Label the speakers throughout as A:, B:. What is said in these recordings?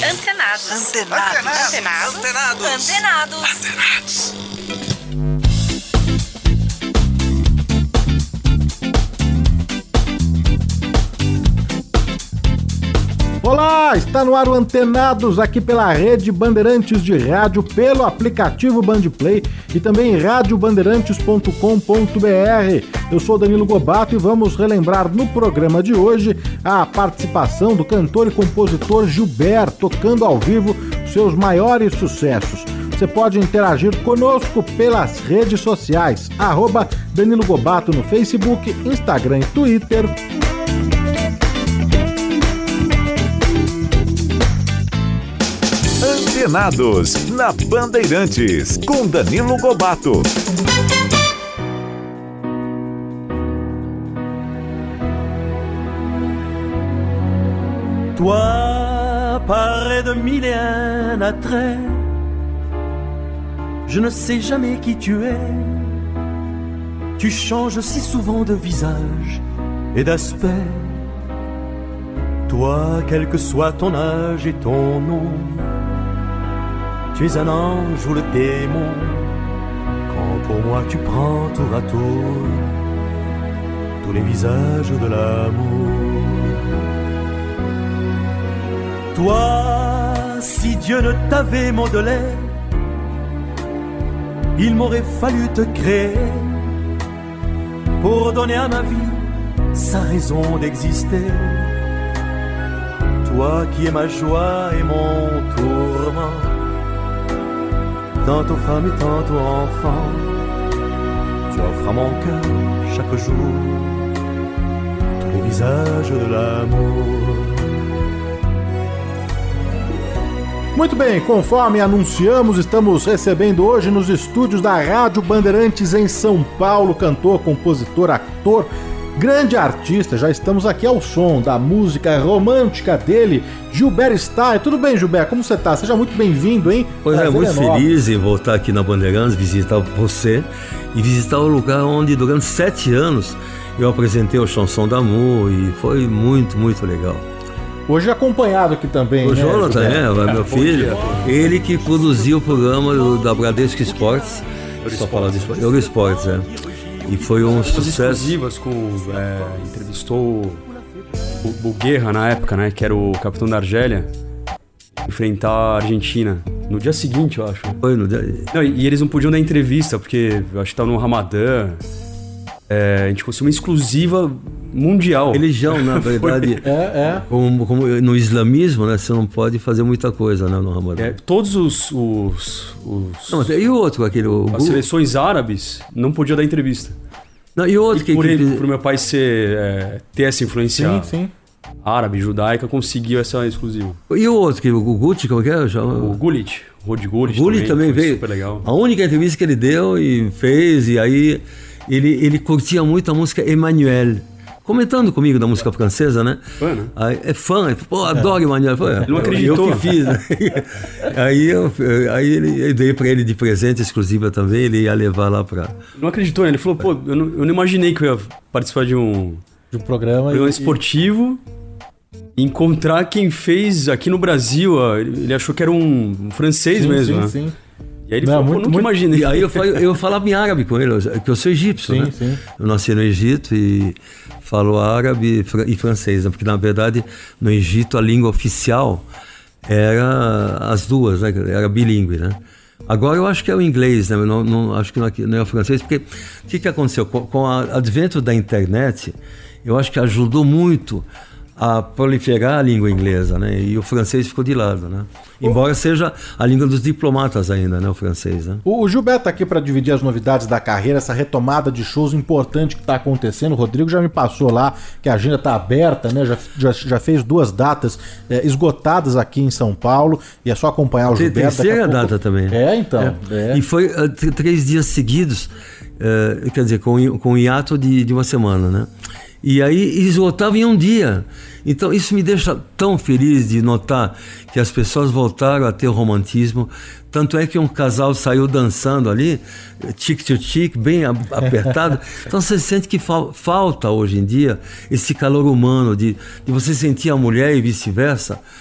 A: Antenados.
B: Olá, está no ar o Antenados aqui pela Rede Bandeirantes de Rádio, pelo aplicativo Bandplay e também em radiobandeirantes.com.br. Eu sou Danilo Gobato e vamos relembrar no programa de hoje a participação do cantor e compositor Gilberto, tocando ao vivo seus maiores sucessos. Você pode interagir conosco pelas redes sociais, @Danilo Gobato no Facebook, Instagram e Twitter.
C: Antenados, na Bandeirantes, com Danilo Gobato.
D: Toi, paré de mille et un attraits, je ne sais jamais qui tu es. Tu changes si souvent de visage et d'aspect. Toi, quel que soit ton âge et ton nom, tu es un ange ou le démon. Quand pour moi tu prends tour à tour tous les visages de l'amour. Toi, si Dieu ne t'avait modelé, il m'aurait fallu te créer pour donner à ma vie sa raison d'exister. Toi qui es ma joie et mon tourment, tantôt femme et tantôt enfant, tu offres à mon cœur chaque jour tous les visages de l'amour.
B: Muito bem, conforme anunciamos, estamos recebendo hoje nos estúdios da Rádio Bandeirantes em São Paulo, cantor, compositor, ator, grande artista. Já estamos aqui ao som da música romântica dele, Gilberto Stein. Tudo bem, Gilberto? Como você está? Seja muito bem-vindo, hein?
E: Pois é, muito feliz em voltar aqui na Bandeirantes, visitar você e visitar o lugar onde durante 7 anos eu apresentei o Chanson d'Amour e foi muito, muito legal.
B: Hoje acompanhado aqui também,
E: o
B: né,
E: Jonathan, meu filho, ele que produziu o programa da Bradesco Esportes, Eurosportes, e foi um sucesso.
F: Exclusivas entrevistou o Guerra na época, né, que era o capitão da Argélia, enfrentar a Argentina no dia seguinte, eu acho.
E: Foi no dia...
F: Não, e eles não podiam dar entrevista, porque eu acho que estava no Ramadã. A gente conseguiu uma exclusiva mundial.
E: Religião, na verdade. Como no islamismo, né? Você não pode fazer muita coisa, né, no Ramadã.
F: Todos os
E: Não, e o outro,
F: as seleções árabes não podiam dar entrevista.
E: Não, e o outro
F: por meu pai ter essa influência árabe, judaica, conseguiu essa exclusiva.
E: E o outro, o Gucci, como que é?
F: O Gullit. Rod Gullit.
E: O Gullit também veio. Super legal. A única entrevista que ele deu e fez, e aí ele curtia muito a música Emmanuel. Comentando comigo da música francesa, né?
F: Fã, né?
E: Aí, é fã, adoro Emmanuel.
F: Ele não acreditou.
E: Eu que fiz, né? Aí eu dei pra ele de presente exclusiva também, ele ia levar lá pra...
F: Não acreditou, né? Ele falou, eu não imaginei que eu ia participar de um
B: programa
F: esportivo e encontrar quem fez aqui no Brasil. Ele achou que era um francês mesmo, né? Sim. E aí ele falou, nunca imaginei.
E: E aí eu falava em árabe com ele, que eu sou egípcio, né? Sim. Eu nasci no Egito e falo árabe e francês, né? Porque na verdade no Egito a língua oficial era as duas, né? Era bilíngue, né? Agora eu acho que é o inglês, né? Não, acho que não é o francês, porque o que aconteceu? Com o advento da internet, eu acho que ajudou muito a proliferar a língua inglesa, né? E o francês ficou de lado, né? Embora seja a língua dos diplomatas ainda, né? O francês, né?
B: O Gilberto tá aqui para dividir as novidades da carreira, essa retomada de shows importante que tá acontecendo. O Rodrigo já me passou lá que a agenda tá aberta, né? Já fez 2 datas esgotadas aqui em São Paulo e é só acompanhar o Gilberto.
E: Terceira data também.
B: Então.
E: E foi 3 dias seguidos, quer dizer, com hiato de uma semana, né? E aí esgotava em um dia. Então isso me deixa tão feliz de notar que as pessoas voltaram a ter romantismo. Tanto é que um casal saiu dançando ali, tic-tic, bem apertado. Então você sente que falta hoje em dia esse calor humano de você sentir a mulher e vice-versa.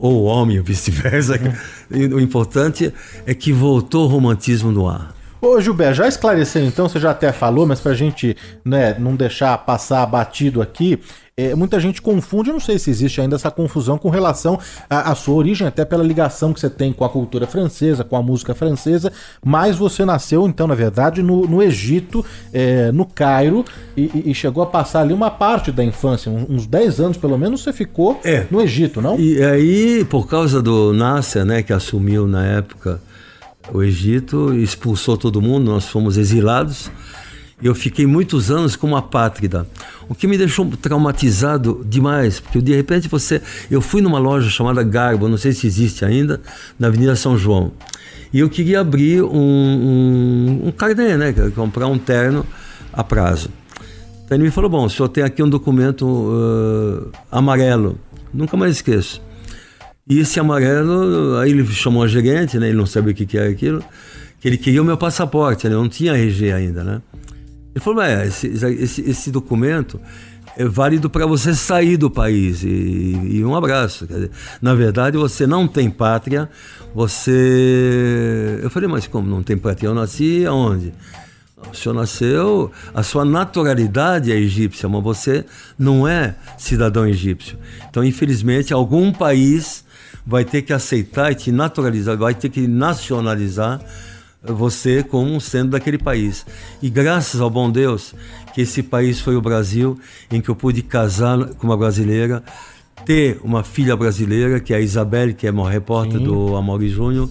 E: ou o homem, ou vice-versa. O importante é que voltou o romantismo no ar.
B: Ô Gilberto, já esclarecendo então, você já até falou, mas pra gente, né, não deixar passar batido aqui, muita gente confunde, eu não sei se existe ainda essa confusão com relação à sua origem, até pela ligação que você tem com a cultura francesa, com a música francesa, mas você nasceu então, na verdade, no Egito, no Cairo, e chegou a passar ali uma parte da infância, uns 10 anos pelo menos você ficou no Egito, não?
E: E aí, por causa do Nasser, né, que assumiu na época o Egito, expulsou todo mundo, nós fomos exilados. Eu fiquei muitos anos como apátrida, o que me deixou traumatizado demais, porque de repente eu fui numa loja chamada Garbo, não sei se existe ainda, na Avenida São João, e eu queria abrir um carnê, né, comprar um terno a prazo. Então ele me falou, bom, o senhor tem aqui um documento amarelo, nunca mais esqueço. E esse amarelo, aí ele chamou a gerente, né, ele não sabia o que era aquilo, que ele queria o meu passaporte, ele não tinha RG ainda, né. Ele falou, esse documento é válido para você sair do país e um abraço. Quer dizer, na verdade, você não tem pátria, Eu falei, mas como não tem pátria? Eu nasci aonde? O senhor nasceu, a sua naturalidade é egípcia, mas você não é cidadão egípcio. Então, infelizmente, algum país vai ter que aceitar e te naturalizar, vai ter que nacionalizar você como sendo daquele país. E graças ao bom Deus que esse país foi o Brasil, em que eu pude casar com uma brasileira, ter uma filha brasileira, que é a Isabelle, que é uma repórter do Amaury Júnior,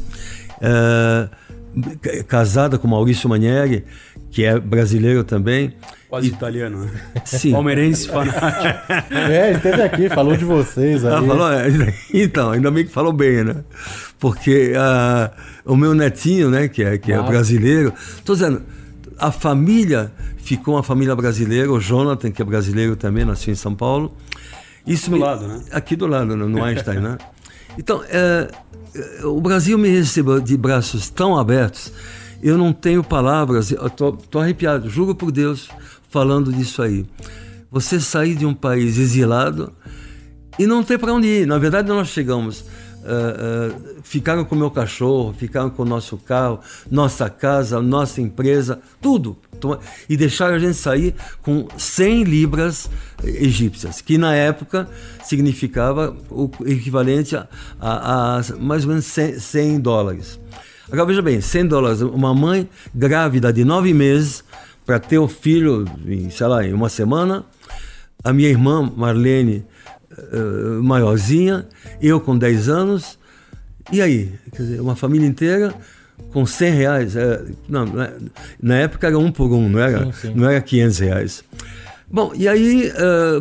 E: casada com Maurício Manieri, que é brasileiro também.
F: Quase italiano, né?
E: Sim.
F: Palmeirense fanático.
B: Ele esteve aqui, falou de vocês aí.
E: Então, ainda bem que falou bem, né? Porque o meu netinho, né, que é brasileiro, tô dizendo, a família ficou uma família brasileira, o Jonathan, que é brasileiro também, nasceu em São Paulo. Isso
F: do lado, né?
E: Aqui do lado, no Einstein, né? Então, o Brasil me recebeu de braços tão abertos, eu não tenho palavras, eu tô arrepiado, juro por Deus, falando disso aí. Você sair de um país exilado e não ter para onde ir. Na verdade, nós chegamos, ficaram com o meu cachorro, ficaram com o nosso carro, nossa casa, nossa empresa, tudo. E deixaram a gente sair com 100 libras egípcias, que na época significava o equivalente a mais ou menos 100 dólares. Agora veja bem, 100 dólares, uma mãe grávida de 9 meses, para ter o filho, em uma semana, a minha irmã Marlene, maiorzinha, eu com 10 anos, e aí? Quer dizer, uma família inteira com 100 reais, na época era 1 por 1, não era, sim. Não era 500 reais. Bom, e aí,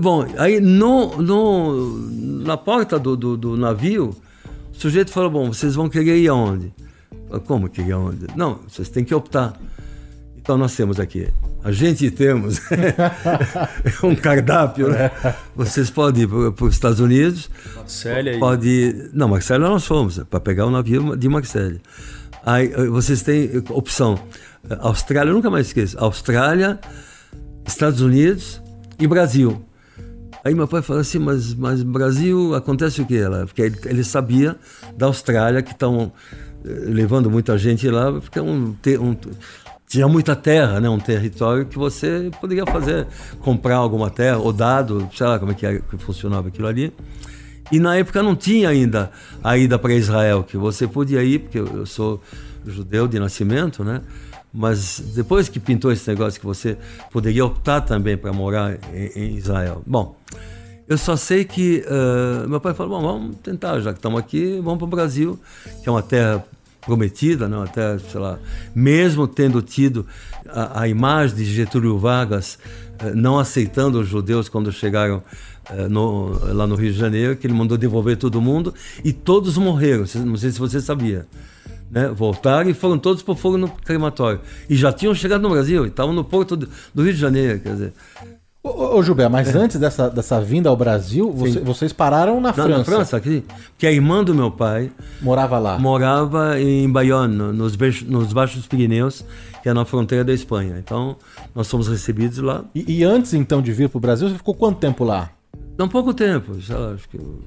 E: na porta do navio, o sujeito falou, bom, vocês vão querer ir aonde? Como querer aonde? Não, vocês têm que optar. Então nós temos aqui, temos um cardápio, né? Vocês podem ir para os Estados Unidos.
F: Marselha
E: Não, Marselha nós fomos, para pegar o navio de Marselha. Aí vocês têm opção, Austrália, eu nunca mais esqueço, Austrália, Estados Unidos e Brasil. Aí meu pai falou assim, mas Brasil, acontece o quê? Porque ele sabia da Austrália, que estão levando muita gente lá, porque tinha muita terra, né? Um território que você poderia comprar alguma terra, ou dado, sei lá como é que funcionava aquilo ali. E na época não tinha ainda a ida para Israel, que você podia ir, porque eu sou judeu de nascimento, né? Mas depois que pintou esse negócio que você poderia optar também para morar em Israel. Bom, eu só sei que meu pai falou, bom, vamos tentar, já que estamos aqui, vamos para o Brasil, que é uma terra prometida, né? Uma terra, sei lá, mesmo tendo tido a imagem de Getúlio Vargas não aceitando os judeus quando chegaram lá no Rio de Janeiro, que ele mandou devolver todo mundo e todos morreram, não sei se você sabia. Né? Voltaram e foram todos por fogo no crematório. E já tinham chegado no Brasil, estavam no porto do Rio de Janeiro, quer dizer.
B: Ô Gilberto, mas antes dessa vinda ao Brasil, vocês pararam na França.
E: Na França, aqui. Porque a irmã do meu pai
B: morava lá.
E: Morava em Bayonne, nos Baixos Pirineus, que é na fronteira da Espanha. Então, nós fomos recebidos lá.
B: E antes, então, de vir para o Brasil, você ficou quanto tempo lá?
E: Não, pouco tempo, sei lá, acho que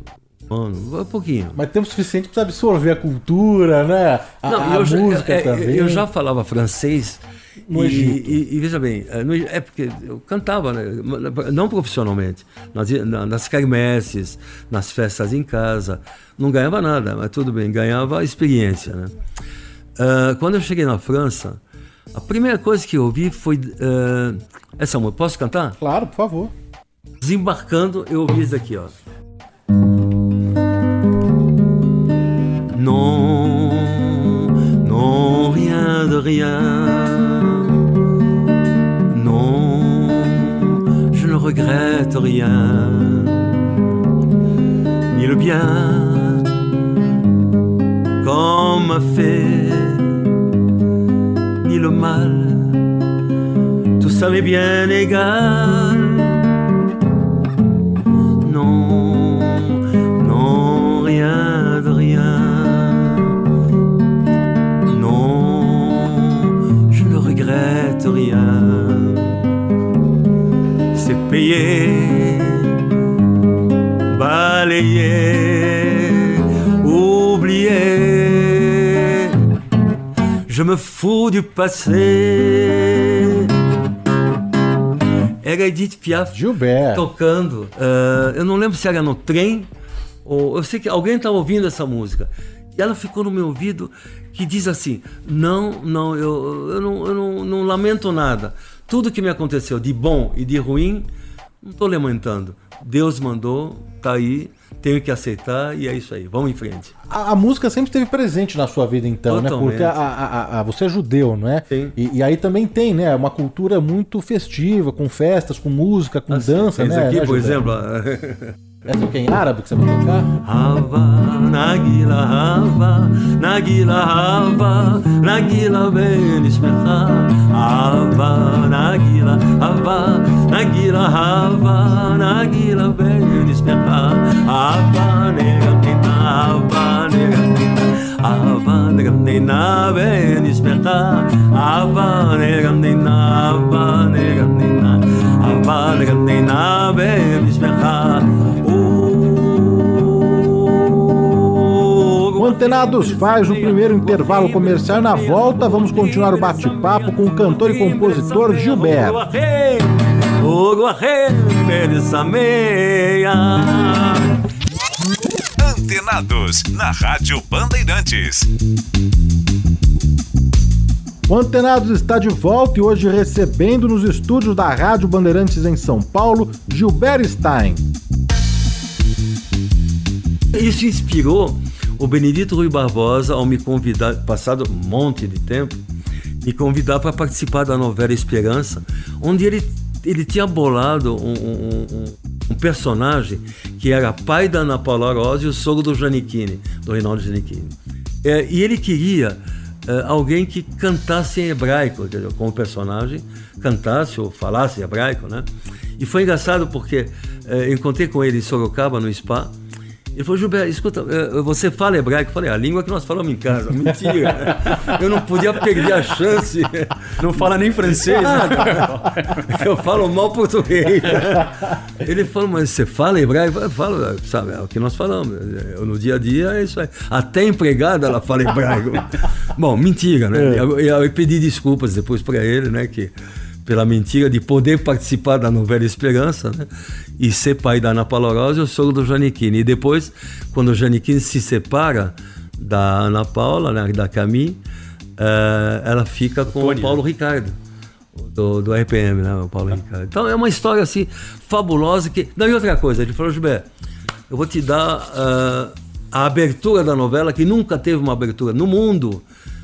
E: Um pouquinho.
B: Mas tempo suficiente para absorver a cultura, né? A música também.
E: Eu já falava francês
B: no Egito.
E: E veja bem, é porque eu cantava, né? Não profissionalmente, nas quermesses, nas festas em casa. Não ganhava nada, mas tudo bem, ganhava experiência, né? Quando eu cheguei na França, a primeira coisa que eu ouvi foi essa música. Posso cantar?
B: Claro, por favor.
E: Desembarcando, eu ouvi isso daqui, ó. Non, non, rien de rien. Non, je ne regrette rien. Ni le bien qu'on m'a fait, ni le mal. Tout ça m'est bien égal. Non, non, rien de rien. Rien, c'est payé, balayé, oublié. Je me fous du passé. Era Edith Piaf
B: Gilberto
E: tocando. Eu não lembro se era no trem ou eu sei que alguém estava ouvindo essa música. E ela ficou no meu ouvido que diz assim, não, eu não lamento nada. Tudo que me aconteceu de bom e de ruim, não estou lamentando. Deus mandou, tá aí, tenho que aceitar e é isso aí, vamos em frente.
B: A música sempre esteve presente na sua vida então,
E: totalmente,
B: né? Porque você é judeu, não é?
E: Sim.
B: E aí também tem, né? Uma cultura muito festiva, com festas, com música, com dança, né?
E: Aqui,
B: né,
E: por exemplo...
B: Essa é o que em árabe que você vai tocar?
E: Hava, Nagila, Hava, Nagila, Hava, Nagila, Ben Ismecha. Hava, Nagila, Hava, Nagila, Hava, Nagila, Ben Ismecha. Hava, Negatina, Hava, Negatina, Hava, Negatina, Ben Ismecha. Hava, Negatina, Hava, Negatina, Hava, Negatina, Ben Ismecha.
B: O Antenados faz o primeiro intervalo comercial e na volta vamos continuar o bate-papo com o cantor e compositor Gilberto.
C: Antenados, na Rádio Bandeirantes.
B: O Antenados está de volta e hoje recebendo nos estúdios da Rádio Bandeirantes em São Paulo, Gilberto Stein.
E: Isso inspirou o Benedito Rui Barbosa ao me convidar, passado um monte de tempo, me convidar para participar da novela Esperança, onde ele tinha bolado um personagem que era pai da Ana Paula Arósio e o sogro do Giannichini, do Reinaldo Giannichini. E ele queria alguém que cantasse em hebraico, entendeu? Como personagem, cantasse ou falasse hebraico, né? E foi engraçado porque encontrei com ele em Sorocaba, no Spa. Ele falou, Gilberto, escuta, você fala hebraico? Eu falei, a língua que nós falamos em casa. Mentira. Eu não podia perder a chance.
F: Não fala nem francês.
E: Eu falo mal português. Ele falou, mas você fala hebraico? Eu falo, sabe, é o que nós falamos. No dia a dia é isso aí. Até empregada ela fala hebraico. Bom, mentira, né? Eu pedi desculpas depois para ele, né, que pela mentira de poder participar da novela Esperança, né? E ser pai da Ana Paula Arósio, eu sou do Giannichini. E depois, quando o Giannichini se separa da Ana Paula, né, da Camille, ela fica com o Paulo Ricardo, do RPM, né, o Paulo Ricardo. Então é uma história assim, fabulosa. Não, e outra coisa, ele falou, Gilberto, eu vou te dar a abertura da novela, que nunca teve uma abertura no mundo,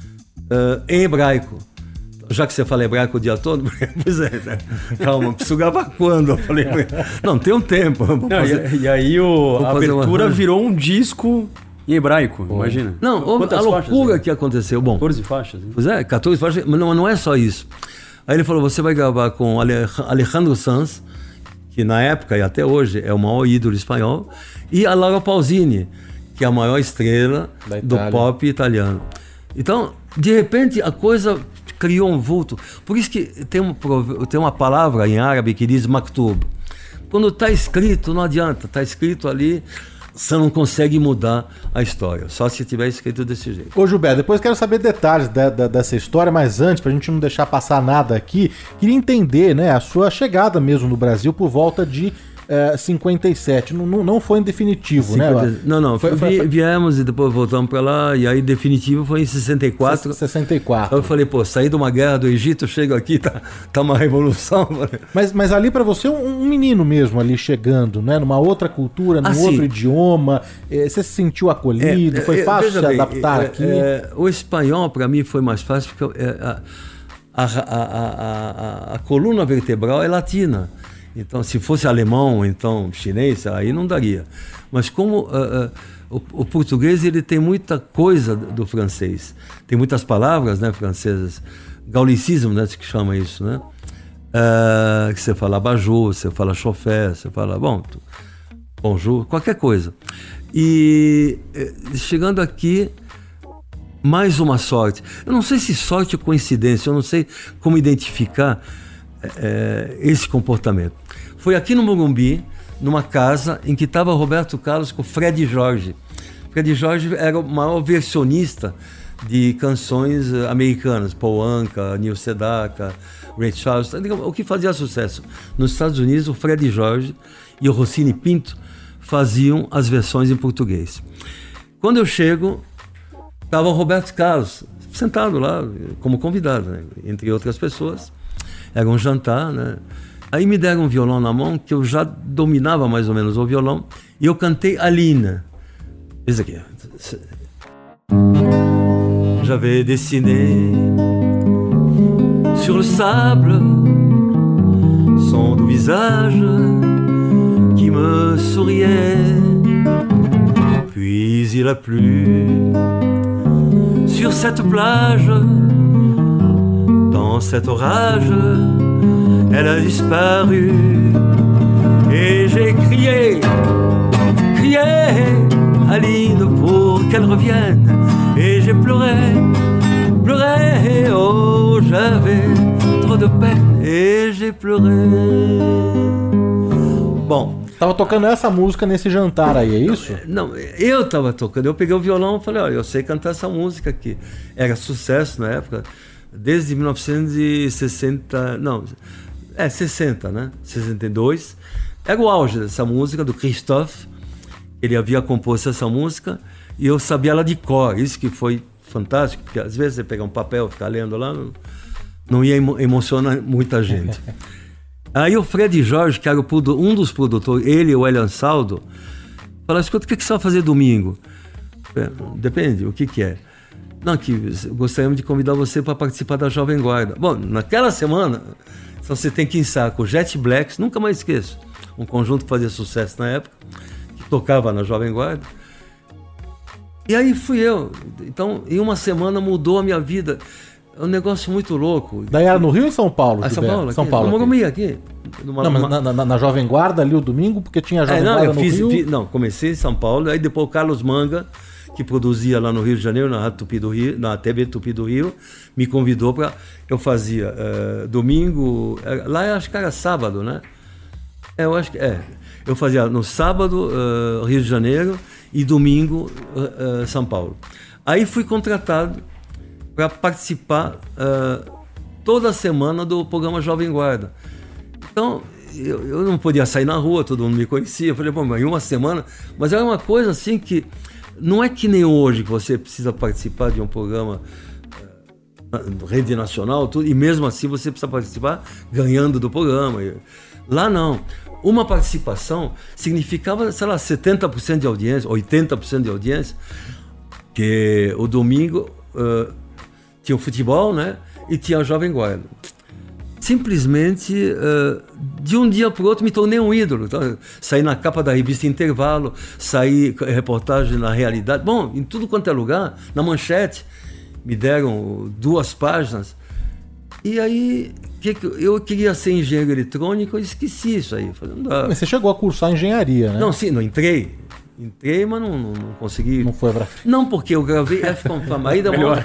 E: em hebraico. Já que você fala hebraico o dia todo, pois é, né? Calma, preciso gravar quando? Eu falei, não, tem um tempo.
F: E aí a abertura virou um disco em hebraico, imagina.
E: Não, a loucura que aconteceu. Bom,
F: 14 faixas. Hein?
E: Pois é, 14 faixas, mas não é só isso. Aí ele falou, você vai gravar com Alejandro Sanz, que na época e até hoje é o maior ídolo espanhol, e a Laura Pausini, que é a maior estrela do pop italiano. Então, de repente, a coisa criou um vulto. Por isso que tem uma palavra em árabe que diz maktub. Quando está escrito, não adianta. Está escrito ali, você não consegue mudar a história, só se tiver escrito desse jeito.
B: Ô Gilberto, depois quero saber detalhes dessa história, mas antes, pra gente não deixar passar nada aqui, queria entender, né, a sua chegada mesmo no Brasil por volta de 57, não foi em definitivo, 50, né?
E: Não, viemos e depois voltamos para lá, e aí definitivo foi em 64.
B: 64.
E: Eu falei, saí de uma guerra do Egito, chego aqui, tá uma revolução.
B: Mas ali para você, um menino mesmo ali chegando, né? Numa outra cultura, num outro idioma, você se sentiu acolhido, foi fácil se adaptar aqui?
E: O espanhol para mim foi mais fácil, porque a coluna vertebral é latina. Então, se fosse alemão, então chinês, aí não daria. Mas como o português ele tem muita coisa do francês, tem muitas palavras, né, francesas, gaulicismo, né, que chama isso, né? Que você fala abajur, você fala chofé, você fala bonjour, qualquer coisa. E chegando aqui, mais uma sorte. Eu não sei se sorte ou coincidência, eu não sei como identificar esse comportamento. Foi aqui no Morumbi, numa casa em que estava Roberto Carlos com Fred Jorge. Fred Jorge era o maior versionista de canções americanas, Paul Anka, Neil Sedaka, Ray Charles, o que fazia sucesso. Nos Estados Unidos, o Fred Jorge e o Rossini Pinto faziam as versões em português. Quando eu chego, estava o Roberto Carlos sentado lá como convidado, né? Entre outras pessoas. Era um jantar, né? Aí me deram um violão na mão, que eu já dominava mais ou menos o violão, e eu cantei Aline. Esse aqui. J'avais dessiné sur le sable son doux visage qui me souriait. Puis il a plu sur cette plage. Dans cet orage, elle a disparu. Et j'ai crié, Aline, pour qu'elle revienne. Et j'ai pleuré, oh, j'avais trop de peine. Et j'ai pleuré. Bom,
B: tava tocando essa música nesse jantar aí, é isso?
E: Não, eu tava tocando. Eu peguei o violão e falei, olha, eu sei cantar essa música aqui. Era sucesso na época. Desde 1960, 60, né? 62. Era o auge dessa música, do Christophe. Ele havia composto essa música e eu sabia ela de cor. Isso que foi fantástico, porque às vezes você pegar um papel e ficar lendo lá, não ia emocionar muita gente. Aí o Fred Jorge, que era um dos produtores, ele e o Elian Saldo, falaram, escuta, o que você vai fazer domingo? Depende, o que é? Não, que gostaríamos de convidar você para participar da Jovem Guarda. Bom, naquela semana, então você tem que ensaiar com o Jet Blacks, nunca mais esqueço, um conjunto que fazia sucesso na época, que tocava na Jovem Guarda. E aí fui eu. Então, em uma semana mudou a minha vida. É um negócio muito louco.
B: Daí era no Rio ou em São Paulo?
E: São Paulo,
B: São Paulo.
E: No Morumbi, aqui.
B: Não, mas na Jovem Guarda ali o domingo, porque tinha a Jovem Guarda no Rio?
E: Comecei em São Paulo, aí depois o Carlos Manga, que produzia lá no Rio de Janeiro, na Rádio Tupi do Rio, na TV Tupi do Rio, me convidou para... Eu fazia domingo... Lá eu acho que era sábado, né? Eu acho que... Eu fazia no sábado, Rio de Janeiro, e domingo, São Paulo. Aí fui contratado para participar toda semana do programa Jovem Guarda. Então, eu não podia sair na rua, todo mundo me conhecia. Eu falei, bom, em uma semana... Mas era uma coisa assim que... Não é que nem hoje que você precisa participar de um programa rede nacional, tudo, e mesmo assim você precisa participar ganhando do programa. Lá não. Uma participação significava, sei lá, 70% de audiência, 80% de audiência, que o domingo tinha o futebol, né? E tinha a Jovem Guarda. Simplesmente, de um dia para o outro, me tornei um ídolo. Então, saí na capa da revista Intervalo, saí reportagem na Realidade. Bom, em tudo quanto é lugar, na Manchete, me deram 2 páginas. E aí, eu queria ser engenheiro eletrônico, eu esqueci isso aí. Falei, não dá.
B: Mas você chegou a cursar engenharia, né?
E: Não, sim, não entrei. Entrei, mas não consegui.
B: Não foi pra...
E: Não, porque eu gravei F com Fama. Aí demora.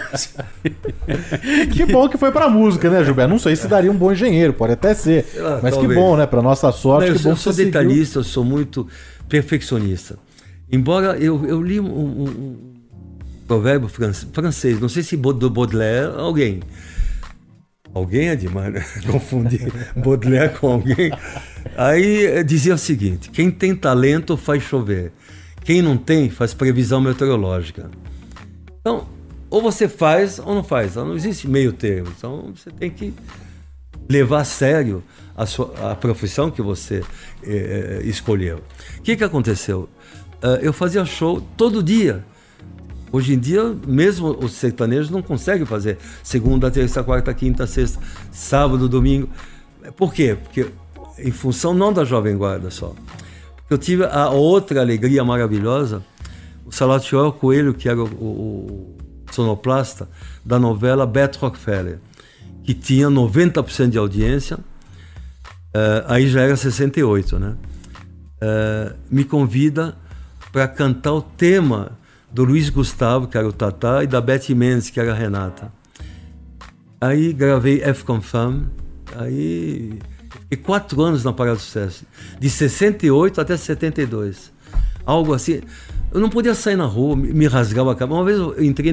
B: Que bom que foi pra música, né, Gilberto? Não sei se daria um bom engenheiro, pode até ser. Mas talvez. Que bom, né? Pra nossa sorte.
E: Não,
B: que bom
E: eu sou detalhista, eu sou muito perfeccionista. Embora eu li um provérbio francês, não sei se Baudelaire, alguém é demais, né? Confundir Baudelaire com alguém. Aí dizia o seguinte: quem tem talento faz chover, quem não tem faz previsão meteorológica. Então, ou você faz ou não faz, não existe meio termo. Então você tem que levar a sério a profissão que você escolheu. O que aconteceu? Eu fazia show todo dia. Hoje em dia, mesmo os sertanejos não conseguem fazer segunda, terça, quarta, quinta, sexta, sábado, domingo. Por quê? Porque em função não da Jovem Guarda só. Porque eu tive a outra alegria maravilhosa, o Salatiel Coelho, que era o sonoplasta da novela Beto Rockefeller, que tinha 90% de audiência, aí já era 68, né? Me convida para cantar o tema do Luiz Gustavo, que era o Tatá, e da Betty Mendes, que era a Renata. Aí gravei F comme Femme, aí fiquei 4 anos na Parada do Sucesso, de 68 até 72, algo assim. Eu não podia sair na rua, me rasgava a cabeça. Uma vez eu entrei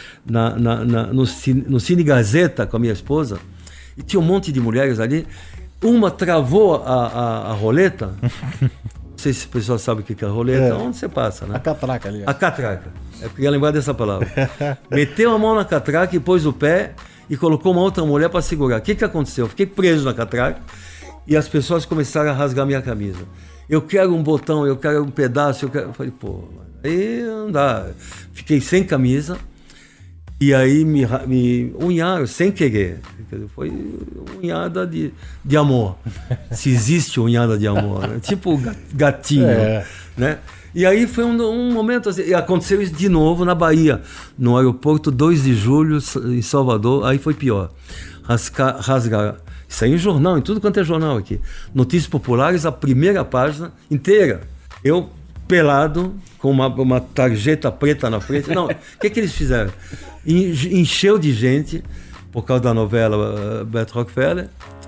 E: no Cine Gazeta com a minha esposa, e tinha um monte de mulheres ali, uma travou a roleta. Não sei se o pessoal sabe o que é a roleta. Onde você passa, né?
B: A catraca ali.
E: A catraca. Eu queria lembrar dessa palavra. Meteu a mão na catraca e pôs o pé e colocou uma outra mulher para segurar. O que aconteceu? Eu fiquei preso na catraca e as pessoas começaram a rasgar minha camisa. Eu quero um botão, eu quero um pedaço, eu falei, pô, aí não dá. Fiquei sem camisa e aí me unharam sem querer. Foi unhada de amor. Se existe unhada de amor, né? Tipo gatinho, né? E aí foi um momento assim, e aconteceu isso de novo na Bahia, no aeroporto 2 de julho, em Salvador, aí foi pior. Rasgar, isso aí em jornal, em tudo quanto é jornal aqui. Notícias Populares, a primeira página inteira. Eu pelado, com uma tarjeta preta na frente. Não, o que eles fizeram? Encheu de gente, por causa da novela Beto Rockefeller,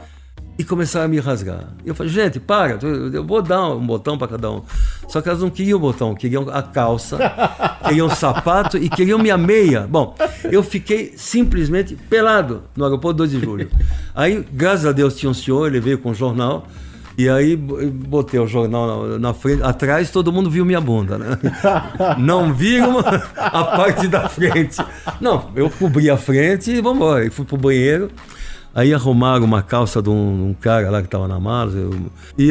E: e começaram a me rasgar. Eu falei, gente, para, eu vou dar um botão para cada um. Só que elas não queriam o botão, queriam a calça, queriam o sapato e queriam minha meia. Bom, eu fiquei simplesmente pelado no aeroporto 2 de julho. Aí, graças a Deus, tinha um senhor, ele veio com um jornal, e aí botei o jornal na frente, atrás todo mundo viu minha bunda, né? Não viram a parte da frente. Não, eu cobri a frente e vamos embora. Fui pro banheiro. Aí arrumaram uma calça de um cara lá que estava na mala. E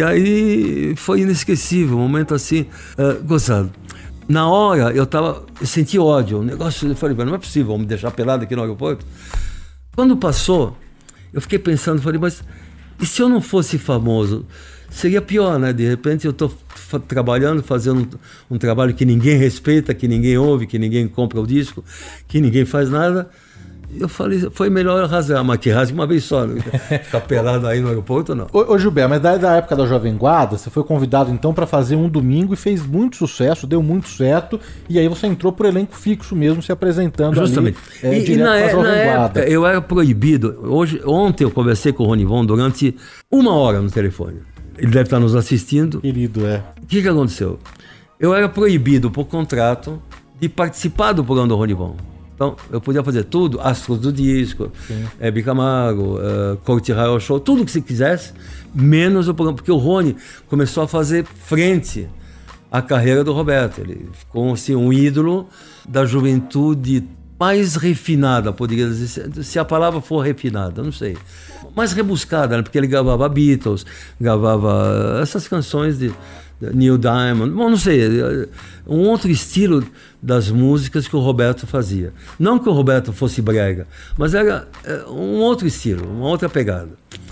E: aí foi inesquecível, um momento assim, gozado. Na hora eu senti ódio, um negócio, eu falei, não é possível, vamos me deixar pelado aqui no aeroporto. Quando passou, eu fiquei pensando, falei, mas e se eu não fosse famoso? Seria pior, né? De repente eu estou trabalhando, fazendo um trabalho que ninguém respeita, que ninguém ouve, que ninguém compra o disco, que ninguém faz nada. Eu falei, foi melhor rasgar, mas que rasgue uma vez só, né? Ficar pelado aí no aeroporto, não.
B: Ô Gilberto, mas da época da Jovem Guarda, você foi convidado então para fazer um domingo e fez muito sucesso, deu muito certo, e aí você entrou pro elenco fixo mesmo, se apresentando.
E: Justamente.
B: Ali,
E: e na época eu era proibido. Ontem eu conversei com o Ronivon durante 1 hora no telefone. Ele deve estar nos assistindo.
B: Querido,
E: O que aconteceu? Eu era proibido por contrato de participar do programa do Ronivon. Então, eu podia fazer tudo, Astros do Disco, Hebe Camargo, Corte Raio Show, tudo que você quisesse, menos o programa, porque o Rony começou a fazer frente à carreira do Roberto. Ele ficou assim, um ídolo da juventude mais refinada, poderia dizer, se a palavra for refinada, não sei. Mais rebuscada, né? Porque ele gravava Beatles, gravava essas canções de Neil Diamond, bom, não sei, um outro estilo das músicas que o Roberto fazia. Não que o Roberto fosse brega, mas era um outro estilo, uma outra pegada.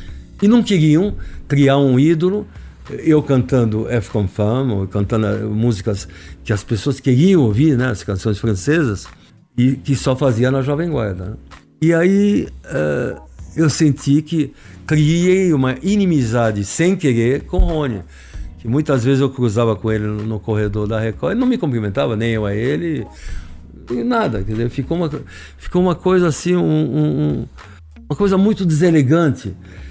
E: E não queriam criar um ídolo, eu cantando F comme Femme, cantando músicas que as pessoas queriam ouvir, né, as canções francesas, e que só fazia na Jovem Guarda. Né? E aí eu senti que criei uma inimizade sem querer com o Rony. Que muitas vezes eu cruzava com ele no corredor da Record, ele não me cumprimentava, nem eu a ele, nada, quer dizer, ficou uma coisa assim, uma coisa muito deselegante,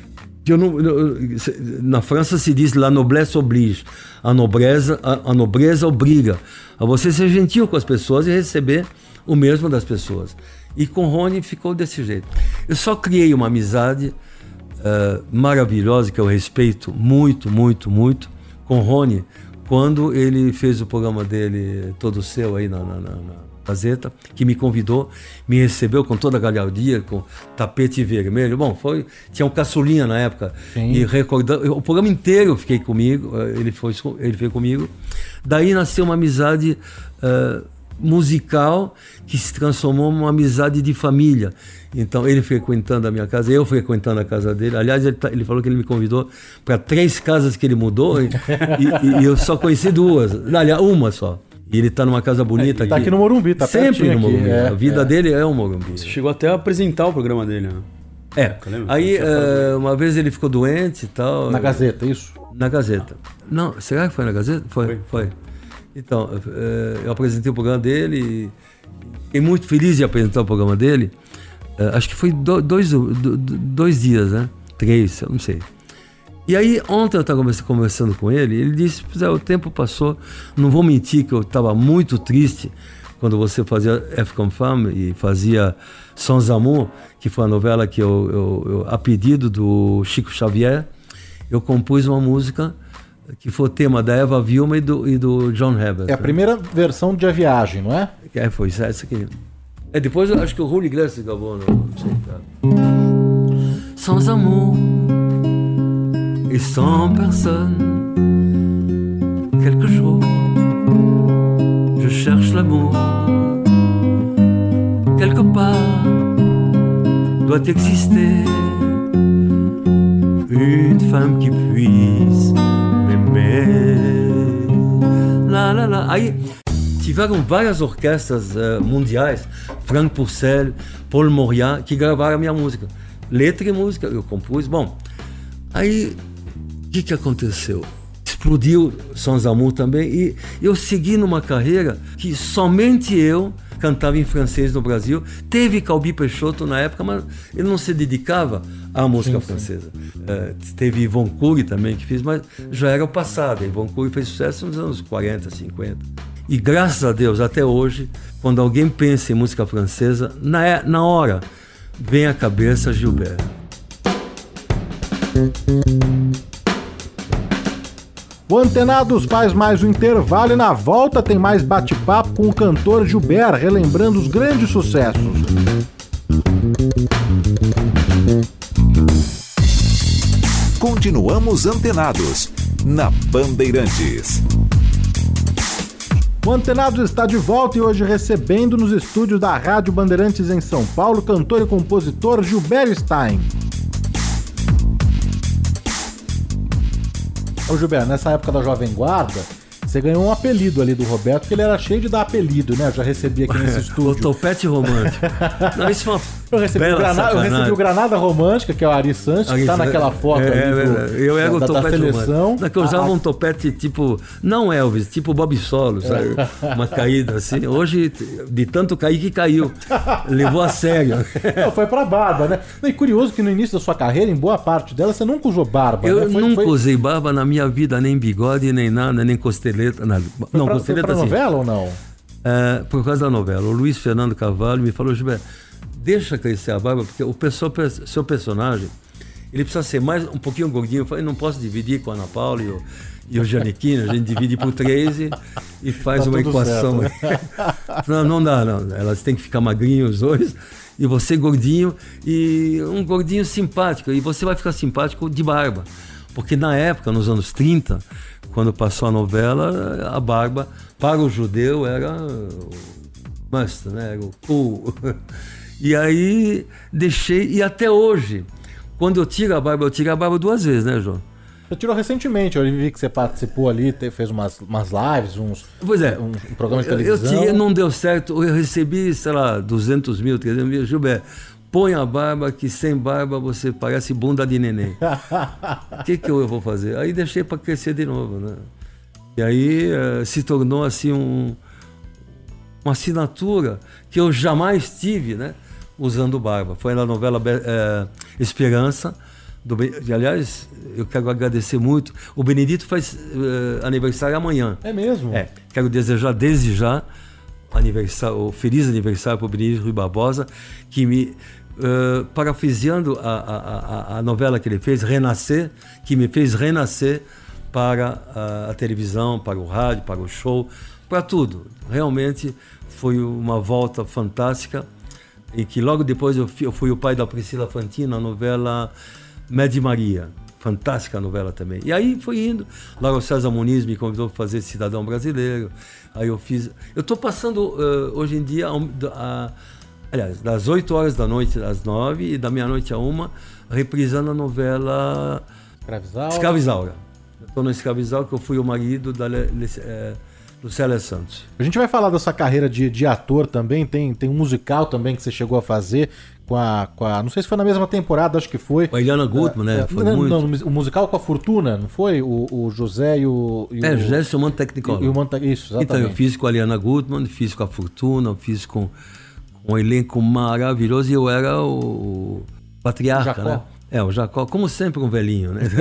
E: que na França se diz la noblesse oblige, a nobreza obriga a você ser gentil com as pessoas e receber o mesmo das pessoas. E com Rony ficou desse jeito. Eu só criei uma amizade maravilhosa, que eu respeito muito, muito, muito, com Rony, quando ele fez o programa dele Todo Seu aí na Gazeta, que me convidou, me recebeu com toda a galhardia, com tapete vermelho. Bom, tinha um caçulinha na época. Sim. E recordando, o programa inteiro eu fiquei comigo, ele veio comigo. Daí nasceu uma amizade musical que se transformou numa amizade de família. Então, ele frequentando a minha casa, eu frequentando a casa dele. Aliás, ele falou que ele me convidou para 3 casas que ele mudou e eu só conheci 2. Aliás, uma só. E ele está numa casa bonita
B: aqui. Está aqui no Morumbi, está
E: sempre no Morumbi.
B: Aqui,
E: a vida dele é o Morumbi.
F: Você chegou até a apresentar o programa dele, né?
E: Aí uma vez ele ficou doente e tal.
B: Na Gazeta, isso?
E: Na Gazeta. Não, será que foi na Gazeta? Foi. Então, eu apresentei o programa dele e fiquei muito feliz de apresentar o programa dele. Acho que foi 2 dias, né? 3, eu não sei. E aí, ontem eu estava conversando com ele, ele disse, o tempo passou, não vou mentir que eu estava muito triste quando você fazia F comme Femme e fazia Sans Amour, que foi a novela que eu a pedido do Chico Xavier, eu compus uma música que foi o tema da Eva Vilma e do John Herbert.
B: É a primeira versão de A Viagem, não é?
E: Foi essa aqui. Depois eu acho que o Julio Iglesias gravou, não sei, cara. Sans amour et sans personne, quelque chose, je cherche l'amour. Quelque part doit exister une femme qui puisse m'aimer. Lá, lá, lá. Aí tiveram várias orquestras mundiais, Frank Purcell, Paul Moria, que gravaram a minha música. Letra e música, eu compus. Bom, aí o que aconteceu? Explodiu Sans Amour também e eu segui numa carreira que somente eu cantava em francês no Brasil. Teve Calbi Peixoto na época, mas ele não se dedicava à música francesa. Teve Yvonne Cury também que fez, mas já era o passado. Yvonne Cury fez sucesso nos anos 40, 50. E graças a Deus, até hoje, quando alguém pensa em música francesa, na hora vem à cabeça Gilbert.
B: O Antenados faz mais um intervalo e na volta tem mais bate-papo com o cantor Gilbert, relembrando os grandes sucessos.
C: Continuamos antenados na Bandeirantes.
B: O Antenados está de volta e hoje recebendo nos estúdios da Rádio Bandeirantes em São Paulo, cantor e compositor Gilbert Stein. Ô Gilberto, nessa época da Jovem Guarda, você ganhou um apelido ali do Roberto, que ele era cheio de dar apelido, né? Eu já recebi aqui nesse estúdio.
E: O Topete Romântico. Não, isso foi uma
B: eu recebi o Granada Romântica, que é o Ari Santos, que tá naquela foto ali
E: eu era o
B: da
E: topete
B: seleção.
E: Que eu usava um topete tipo, não Elvis, tipo Bob Solo, sabe? Uma caída assim. Hoje, de tanto cair que caiu. Levou a sério.
B: Não, foi pra barba, né? E curioso que no início da sua carreira, em boa parte dela, você nunca usou barba.
E: Eu nunca usei barba na minha vida, nem bigode, nem nada, nem costeleta. Nada. Não, costeleta
B: foi pra novela ou não?
E: Por causa da novela. O Luiz Fernando Carvalho me falou, Gilberto, deixa crescer a barba, porque seu personagem, ele precisa ser um pouquinho gordinho. Eu falei, não posso dividir com a Ana Paula e o Giannichini, a gente divide por 3 e faz uma equação. Não dá, não. Elas têm que ficar magrinhos os dois, e você gordinho, e um gordinho simpático, e você vai ficar simpático de barba. Porque na época, nos anos 30, quando passou a novela, a barba, para o judeu, era o must, né? Era o cool. E aí deixei, e até hoje, quando eu tiro a barba 2 vezes, né, João?
B: Você tirou recentemente, eu vi que você participou ali, fez umas lives, um programa de televisão.
E: Eu não deu certo, eu recebi, sei lá, 200 mil, 300 mil, Gilberto, põe a barba que sem barba você parece bunda de neném. O que eu vou fazer? Aí deixei para crescer de novo, né? E aí se tornou assim uma assinatura que eu jamais tive, né? Usando barba. Foi na novela Esperança, Aliás, eu quero agradecer muito. O Benedito faz aniversário amanhã.
B: É mesmo?
E: Quero desejar desde já o feliz aniversário para o Benedito Rui Barbosa, que me, parafraseando a novela que ele fez, Renascer, que me fez renascer para a televisão, para o rádio, para o show, para tudo. Realmente foi uma volta fantástica, e que logo depois eu fui o pai da Priscila Fantini na novela Mad Maria, fantástica novela também. E aí foi indo. Logo o César Muniz me convidou para fazer Cidadão Brasileiro. Aí eu fiz. Eu estou passando hoje em dia, aliás, das 8 horas da noite às 9 e da meia-noite a 1, reprisando a novela Escravizaura. Eu estou no Escravizaura, que eu fui o marido da Lucélia Santos.
B: A gente vai falar dessa carreira de ator também. Tem um musical também que você chegou a fazer com a não sei se foi na mesma temporada, acho que foi.
E: Com a Eliana Gutmann, né? Foi
B: não,
E: muito.
B: Não, o musical com a Fortuna, não foi? O José e o...
E: José e o Mano Technicolor.
B: Isso, exatamente.
E: Então, eu fiz com a Eliana Gutmann, fiz com a Fortuna, fiz com um elenco maravilhoso, e eu era o patriarca,
B: Jacó.
E: né? O Jacó, como sempre um velhinho, né?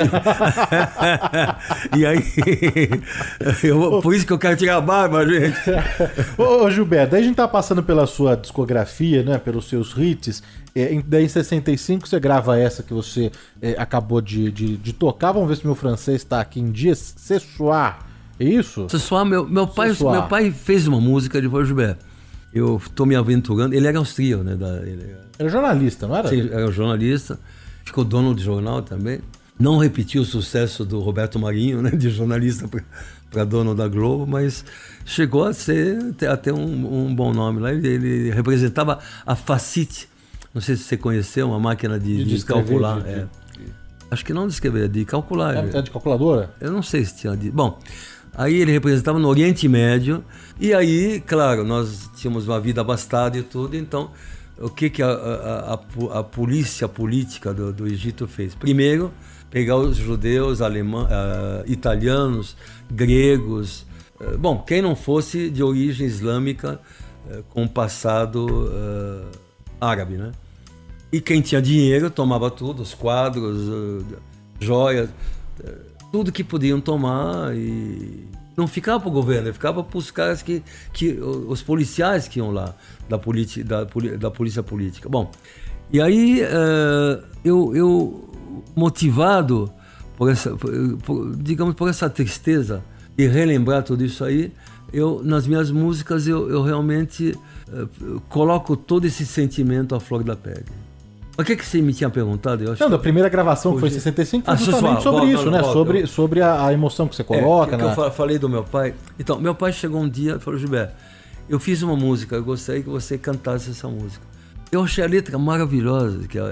E: E aí, por isso que eu quero tirar a barba, gente.
B: Ô Gilberto, daí a gente tá passando pela sua discografia, né? Pelos seus hits. Daí em 65 você grava essa que você acabou de tocar. Vamos ver se meu francês tá aqui em dias. Ce soir, é isso?
E: Ce soir, meu pai fez uma música de Gilberto. Eu tô me aventurando. Ele era austríaco, né?
B: Era jornalista, não era?
E: Sim, era jornalista. Ficou dono de jornal também. Não repetiu o sucesso do Roberto Marinho, né, de jornalista para dono da Globo, mas chegou a ter um bom nome lá. Ele representava a Facit. Não sei se você conheceu, uma máquina de calcular. Acho que não de escrever, de calcular.
B: É de calculadora?
E: Eu não sei se tinha. Bom, aí ele representava no Oriente Médio. E aí, claro, nós tínhamos uma vida abastada e tudo, então... O que a polícia política do Egito fez? Primeiro, pegar os judeus, italianos, gregos, quem não fosse de origem islâmica com passado árabe, né? E quem tinha dinheiro tomava tudo, os quadros, joias, tudo que podiam tomar, e não ficava para o governo, ficava para os caras os policiais que iam lá, da polícia política. Bom, e aí eu motivado por essa tristeza e relembrar tudo isso aí, nas minhas músicas eu realmente coloco todo esse sentimento à flor da pele. O que você me tinha perguntado? Eu acho
B: da primeira gravação que foi em 65 foi justamente sobre isso, né? Sobre a emoção que você coloca.
E: Eu falei do meu pai. Então, meu pai chegou um dia e falou: Gilberto, eu fiz uma música, eu gostaria que você cantasse essa música. Eu achei a letra maravilhosa, que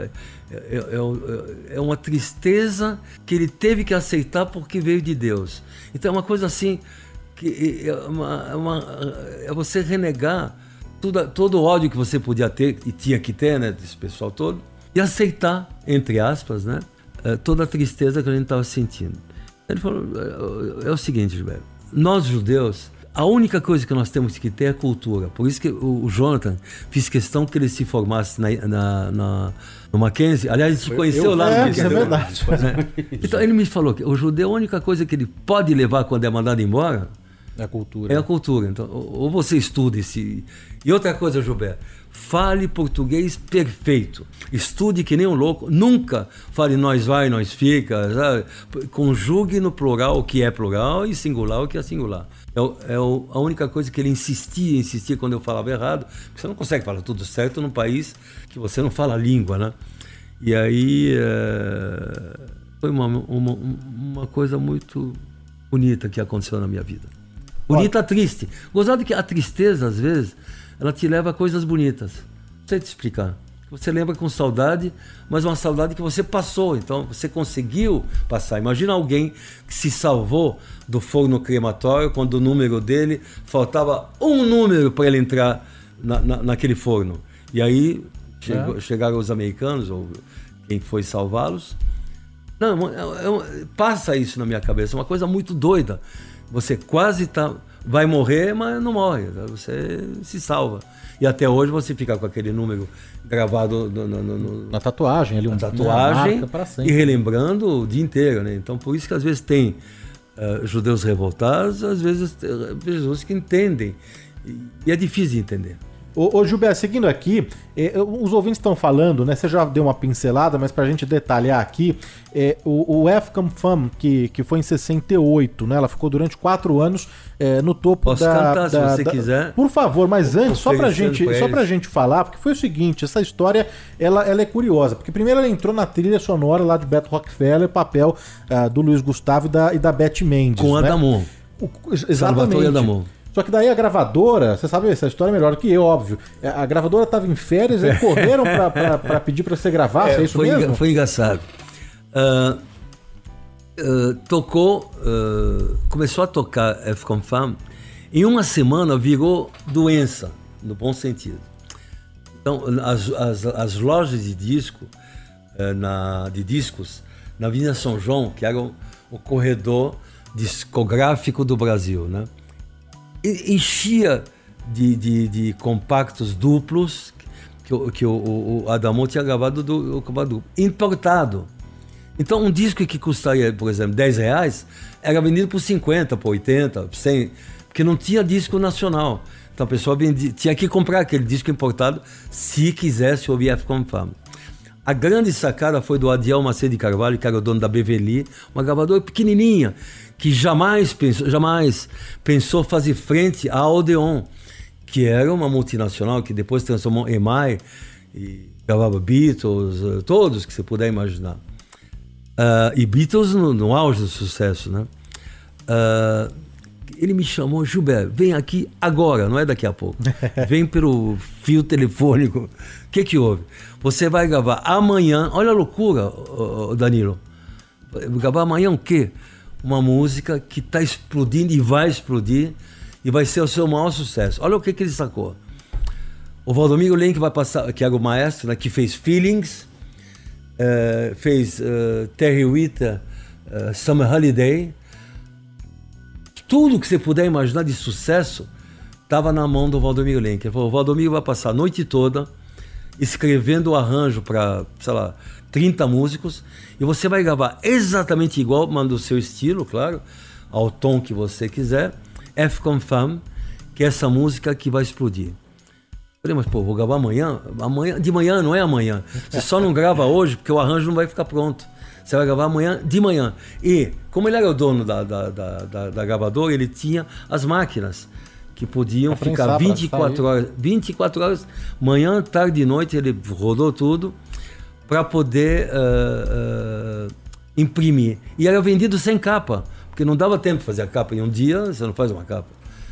E: é uma tristeza que ele teve que aceitar porque veio de Deus. Então é uma coisa assim, que é você renegar todo o ódio que você podia ter, e tinha que ter, né, desse pessoal todo, e aceitar, entre aspas, né, toda a tristeza que a gente estava sentindo. Ele falou: é o seguinte, Gilberto, nós judeus, a única coisa que nós temos que ter é cultura. Por isso que o Jonathan fiz questão que ele se formasse no Mackenzie. Aliás, ele se conheceu lá no Mackenzie.
B: É verdade.
E: Então ele me falou que o judeu, a única coisa que ele pode levar quando é mandado embora
B: é a cultura.
E: É a cultura. Então, ou você estuda esse... E outra coisa, Gilberto, fale português perfeito. Estude que nem um louco. Nunca fale nós vai, nós fica. Sabe? Conjugue no plural o que é plural e singular o que é singular. A única coisa que ele insistia quando eu falava errado, porque você não consegue falar tudo certo num país que você não fala a língua, né? E aí foi uma coisa muito bonita que aconteceu na minha vida. Bonita, triste. Gozado que a tristeza, às vezes, ela te leva a coisas bonitas. Não sei te explicar. Você lembra com saudade, mas uma saudade que você passou. Então, você conseguiu passar. Imagina alguém que se salvou do forno crematório quando o número dele, faltava um número para ele entrar naquele forno. E aí, chegaram os americanos, ou quem foi salvá-los. Não, passa isso na minha cabeça. É uma coisa muito doida. Você quase está vai morrer, mas não morre, você se salva. E até hoje você fica com aquele número gravado
B: na tatuagem, ali,
E: na tatuagem, e relembrando o dia inteiro, né? Então, por isso que às vezes tem judeus revoltados, às vezes pessoas que entendem, e é difícil de entender.
B: Ô Gilberto, seguindo aqui, os ouvintes estão falando, né? Você já deu uma pincelada, mas pra gente detalhar aqui, o F-Come Femme, que foi em 68, né? Ela ficou durante 4 anos no topo
E: Posso cantar, se você quiser.
B: Por favor, mas antes, só pra gente falar, porque foi o seguinte, essa história, ela é curiosa, porque primeiro ela entrou na trilha sonora lá de Beto Rockefeller, papel do Luiz Gustavo e da Beth Mendes.
E: Com
B: né?
E: Adamon.
B: Exatamente.
E: Adamon.
B: Só que daí a gravadora, você sabe essa história melhor do que eu, óbvio. A gravadora estava em férias e correram pra pedir pra você gravar, é isso mesmo?
E: Foi engraçado. Começou a tocar F-Come Femme, em uma semana virou doença, no bom sentido. Então, as lojas de disco, de discos, na Avenida São João, que era o corredor discográfico do Brasil, né? Enchia de compactos duplos que o Adamon tinha gravado do compacto importado. Então um disco que custaria, por exemplo, R$10 era vendido por 50, por 80, 100, porque não tinha disco nacional. Então a pessoa tinha que comprar aquele disco importado se quisesse ouvir F-Come Femme. A grande sacada foi do Adiel Macedo de Carvalho, que era o dono da Beveli, uma gravadora pequenininha, que jamais pensou fazer frente à Odeon, que era uma multinacional que depois transformou em EMI e gravava Beatles, todos que você puder imaginar. E Beatles no auge do sucesso, né? Ele me chamou, Gilberto, vem aqui agora, não é daqui a pouco. Vem pelo fio telefônico. O que houve? Você vai gravar amanhã, olha a loucura, Danilo. Vai gravar amanhã o quê? Uma música que está explodindo e vai explodir e vai ser o seu maior sucesso. Olha o que ele sacou. O Valdomiro Lenk vai passar, que era o maestro, né, que fez Feelings, fez Terry Witter, Summer Holiday. Tudo que você puder imaginar de sucesso estava na mão do Valdomiro Lenk. Ele falou, o Valdomiro vai passar a noite toda escrevendo o arranjo para, sei lá, 30 músicos, e você vai gravar exatamente igual, manda o seu estilo, claro, ao tom que você quiser, F-Come Femme, que é essa música que vai explodir. Eu falei, mas pô, vou gravar amanhã? De manhã não é amanhã. Você só não grava hoje porque o arranjo não vai ficar pronto. Você vai gravar amanhã de manhã. E, como ele era o dono da gravadora, ele tinha as máquinas que podiam ficar 24 horas, manhã, tarde e noite, ele rodou tudo para poder imprimir. E era vendido sem capa, porque não dava tempo de fazer a capa. Em um dia, você não faz uma capa.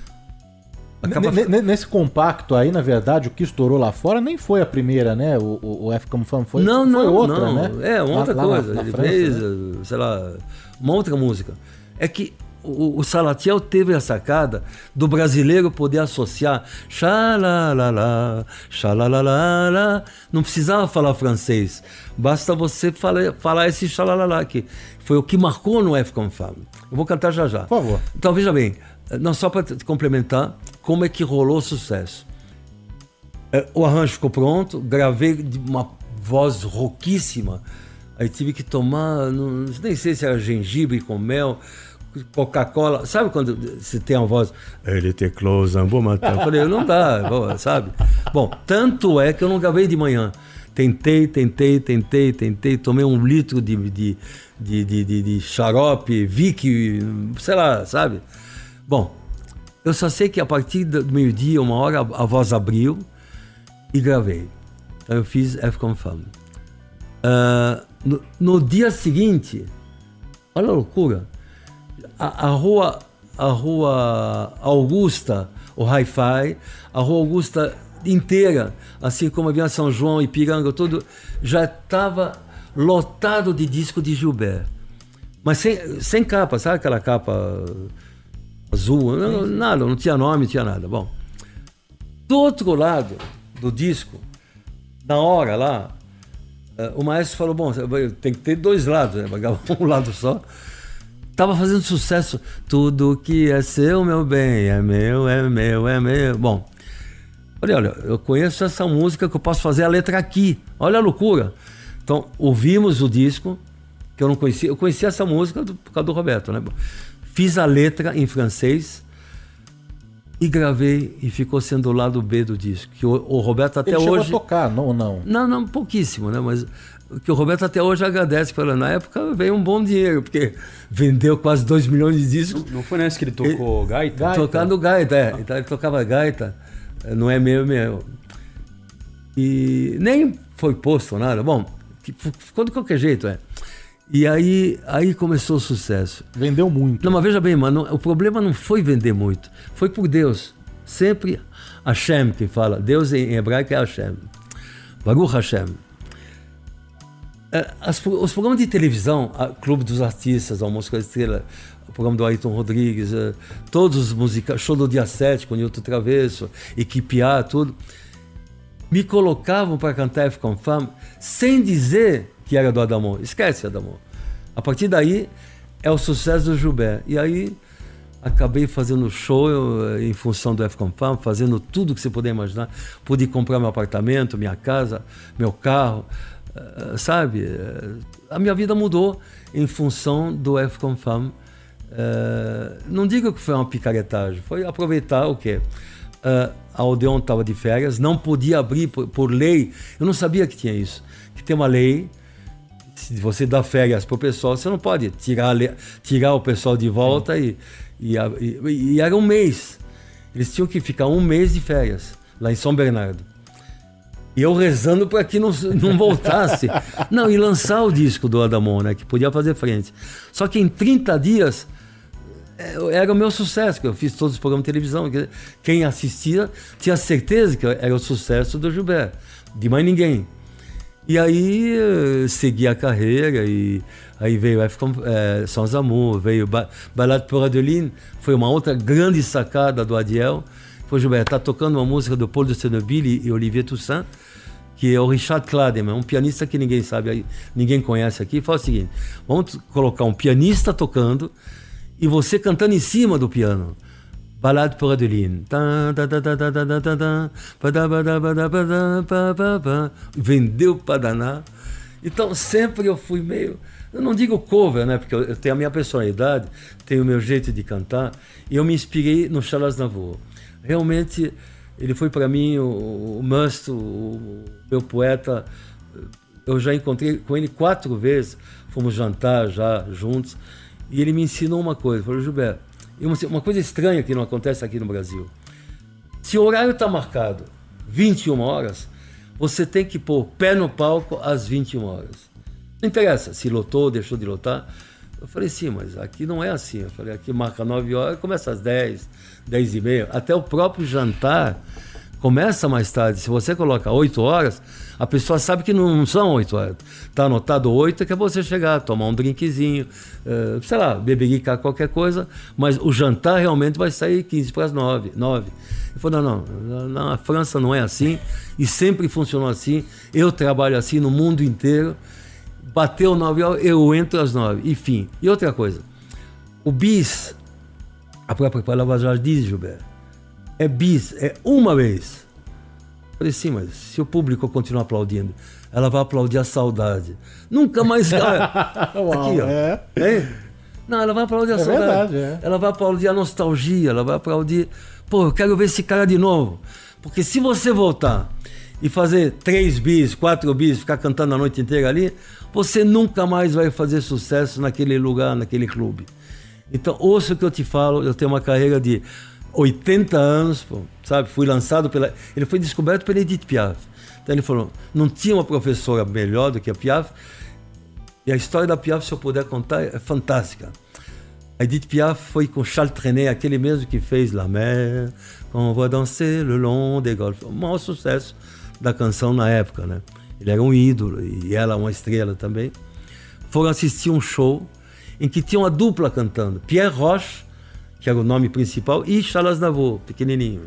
B: Nesse compacto aí, na verdade, o que estourou lá fora nem foi a primeira, né? O F-Come Femme foi outra, né?
E: É, uma outra coisa.
B: Na
E: ele
B: França,
E: fez,
B: né?
E: sei lá, uma outra música. É que o Salatiel teve a sacada do brasileiro poder associar xalalala, xalalala. Não precisava falar francês. Basta você falar esse xalalala, que foi o que marcou no F-Come Femme. Eu vou cantar já já.
B: Por favor.
E: Então, veja bem, não só para complementar, como é que rolou o sucesso. O arranjo ficou pronto, gravei de uma voz rouquíssima, aí tive que tomar, nem sei se era gengibre com mel, Coca-Cola, sabe quando você tem uma voz, ele te close, vou matar. Eu falei, não dá, sabe? Bom, tanto é que eu não gravei de manhã. Tentei, tomei 1 litro de xarope, Vick, sei lá, sabe? Bom, eu só sei que a partir do meio-dia, 1h, a voz abriu e gravei. Então eu fiz F-Come Femme. No dia seguinte, olha a loucura, a rua Augusta, o Hi-Fi, a rua Augusta inteira, assim como a Avenida São João, Ipiranga, tudo, já estava lotado de disco de Gilberto. Mas sem capa, sabe aquela capa azul? Nada, não tinha nome, não tinha nada. Bom, do outro lado do disco, na hora lá, o maestro falou, bom, tem que ter 2 lados, né? Vai gravar um lado só. Tava fazendo sucesso. Tudo que é seu, meu bem, é meu, é meu, é meu. Bom, falei, olha, eu conheço essa música que eu posso fazer a letra aqui. Olha a loucura. Então, ouvimos o disco, que eu não conhecia. Eu conhecia essa música por causa do Roberto, né? Fiz a letra em francês e gravei, e ficou sendo o lado B do disco. Que o Roberto até
B: Ele chegou
E: hoje...
B: a tocar, não?
E: Não, pouquíssimo, né? Mas que o Roberto até hoje agradece, falando, na época veio um bom dinheiro, porque vendeu quase 2 milhões de discos.
F: Não foi nessa que ele tocou gaita?
E: Tocando gaita, Então ele tocava gaita, não é meu. E nem foi posto nada. Bom, ficou de qualquer jeito, E aí começou o sucesso.
B: Vendeu muito.
E: Não, mas veja bem, mano, o problema não foi vender muito, foi por Deus. Sempre Hashem que fala, Deus em hebraico é Hashem. Baruch Hashem. Os programas de televisão, Clube dos Artistas, Almoço com a Estrela, o programa do Ayrton Rodrigues, todos os musicais, Show do Dia 7 com o Nilton Travesso, Equipe A, tudo, me colocavam para cantar F com Fama sem dizer que era do Adamor. Esquece, Adamor. A partir daí é o sucesso do Gilberto. E aí acabei fazendo show em função do F com Fama, fazendo tudo que você puder imaginar. Pude comprar meu apartamento, minha casa, meu carro. Sabe, a minha vida mudou em função do F com Fama. Não digo que foi uma picaretagem, foi aproveitar o quê? A Odeon estava de férias, não podia abrir por lei, eu não sabia que tinha isso, que tem uma lei, se você dá férias para o pessoal, você não pode tirar o pessoal de volta e era um mês, eles tinham que ficar um mês de férias lá em São Bernardo. E eu rezando para que não voltasse. Não, e lançar o disco do Adamor, né? Que podia fazer frente. Só que em 30 dias era o meu sucesso, que eu fiz todos os programas de televisão. Quem assistia tinha certeza que era o sucesso do Gilberto, de mais ninguém. E aí segui a carreira, e aí veio Sans Amour, veio Ballade pour Adeline, foi uma outra grande sacada do Adiel. Foi, Gilberto, tá tocando uma música do Paul de Senneville e Olivier Toussaint, que é o Richard Clayderman, um pianista que ninguém sabe, ninguém conhece aqui. Fala o seguinte, vamos colocar um pianista tocando e você cantando em cima do piano. Ballade pour Adeline. Vendeu pra danar. Então sempre eu fui meio... Eu não digo cover, né? Porque eu tenho a minha personalidade, tenho o meu jeito de cantar, e eu me inspirei no Charles Aznavour. Realmente, ele foi para mim o must, o meu poeta. Eu já encontrei com ele 4 vezes, fomos jantar já juntos, e ele me ensinou uma coisa. Falou, Gilberto, uma coisa estranha que não acontece aqui no Brasil. Se o horário está marcado 21 horas, você tem que pôr o pé no palco às 21 horas. Não interessa se lotou, deixou de lotar. Eu falei, sim, mas aqui não é assim. Eu falei, aqui marca 9 horas, começa às 10, 10 e meia. Até o próprio jantar começa mais tarde. Se você coloca 8 horas, a pessoa sabe que não são 8 horas. Está anotado 8, que é você chegar, tomar um drinkzinho, sei lá, bebericar qualquer coisa, mas o jantar realmente vai sair 15 para as 9. Ele falou, não, na França não é assim, e sempre funcionou assim. Eu trabalho assim no mundo inteiro. Bateu 9 horas, eu entro às 9. Enfim. E outra coisa. O bis, a própria palavra já diz, Gilberto, é bis, é uma vez. Eu falei, sim, mas se o público continuar aplaudindo, ela vai aplaudir a saudade. Nunca mais... Aqui, ó. Não, ela vai aplaudir a saudade. Verdade, Ela vai aplaudir a nostalgia, ela vai aplaudir... Pô, eu quero ver esse cara de novo. Porque se você voltar e fazer 3 bis, 4 bis, ficar cantando a noite inteira ali, você nunca mais vai fazer sucesso naquele lugar, naquele clube. Então, ouça o que eu te falo, eu tenho uma carreira de 80 anos, pô, sabe? Fui lançado ele foi descoberto pela Edith Piaf. Então ele falou, não tinha uma professora melhor do que a Piaf, e a história da Piaf, se eu puder contar, é fantástica. A Edith Piaf foi com Charles Trenet, aquele mesmo que fez La Mer, On va danser le long des golfes. O maior sucesso da canção na época, né? Ele era um ídolo e ela uma estrela também. Foram assistir um show em que tinha uma dupla cantando. Pierre Roche, que era o nome principal, e Charles Aznavour, pequenininho.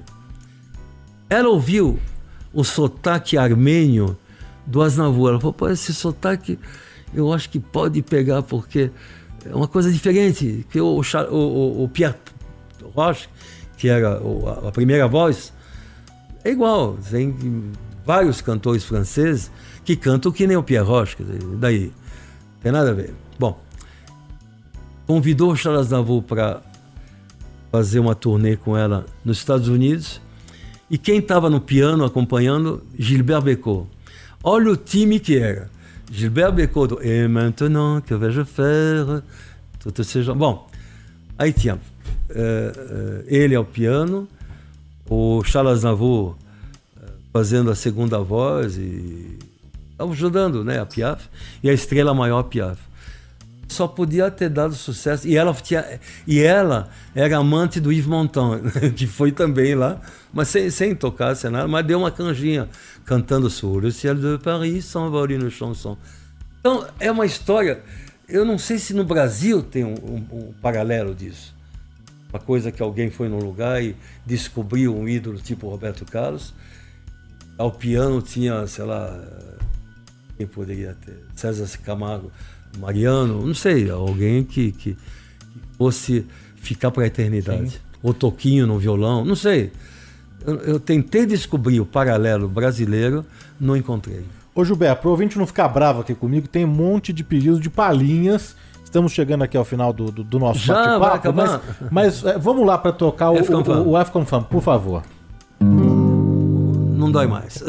E: Ela ouviu o sotaque armênio do Aznavour. Ela falou, pô, esse sotaque eu acho que pode pegar, porque é uma coisa diferente, que o Pierre Roche, que era a primeira voz, é igual. Tem vários cantores franceses que cantam que nem o Pierre Roche, daí não tem nada a ver. Bom, convidou o Charles Aznavour para fazer uma turnê com ela nos Estados Unidos, e quem estava no piano acompanhando, Gilbert Bécaud. Olha o time que era. Gilbert Bécaud, et maintenant, que vais-je faire? Tout esse genre. Bom, aí tinha ele ao piano, o Charles Aznavour fazendo a segunda voz e ajudando, né, a Piaf, e a estrela maior, Piaf. Só podia ter dado sucesso. E ela era amante do Yves Montand, que foi também lá, mas sem tocar, sem nada, mas deu uma canjinha cantando Sur le ciel de Paris, s'envole une chanson. Então, é uma história. Eu não sei se no Brasil tem um paralelo disso. Uma coisa que alguém foi num lugar e descobriu um ídolo tipo Roberto Carlos. Ao piano tinha, sei lá, quem poderia ter? César Camargo, Mariano, não sei, alguém que fosse ficar para a eternidade. Sim. Ou Toquinho no violão, não sei. Eu tentei descobrir o paralelo brasileiro, não encontrei.
B: Ô Gilberto, pro ouvinte não ficar bravo aqui comigo, tem um monte de pedidos de palhinhas. Estamos chegando aqui ao final do nosso bate-papo, mas vamos lá para tocar o African Fan, por favor.
E: Não dói mais.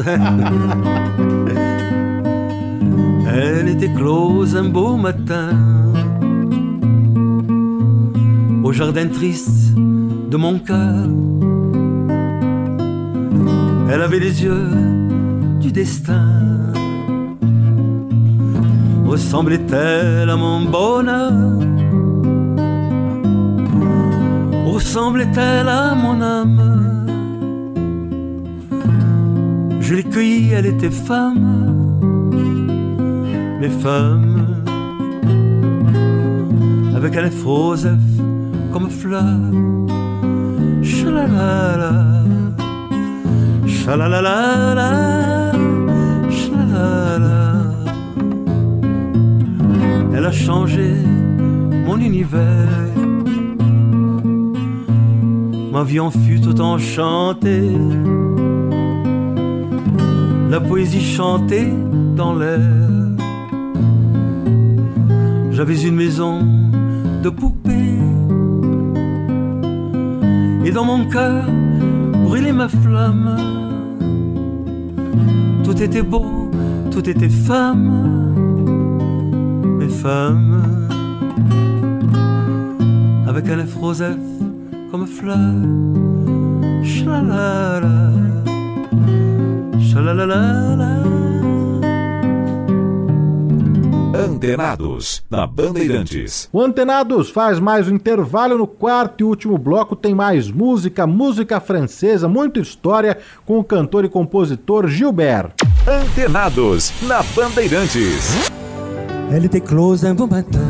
E: Elle était close un beau matin, au jardin triste de mon cœur. Elle avait les yeux du destin. Ressemblait-elle à mon bonheur? Ressemblait-elle à mon âme? Je l'ai cueillie, elle était femme. Les femmes, avec un lèvre rosef comme fleur. Chalalala, chalalala, chalalala. Elle a changé mon univers. Ma vie en fut tout enchantée. La poésie chantée dans l'air. J'avais une maison de poupées, et dans mon cœur brûlait ma flamme. Tout était beau, tout était femme, mes femmes, avec un lèvre rosef comme fleur. Chalalala, chalalala.
C: Antenados, na Bandeirantes.
B: O Antenados faz mais um intervalo. No quarto e último bloco tem mais música francesa, muita história com o cantor e compositor Gilbert.
C: Antenados, na Bandeirantes.
D: Elle était close un beau matin,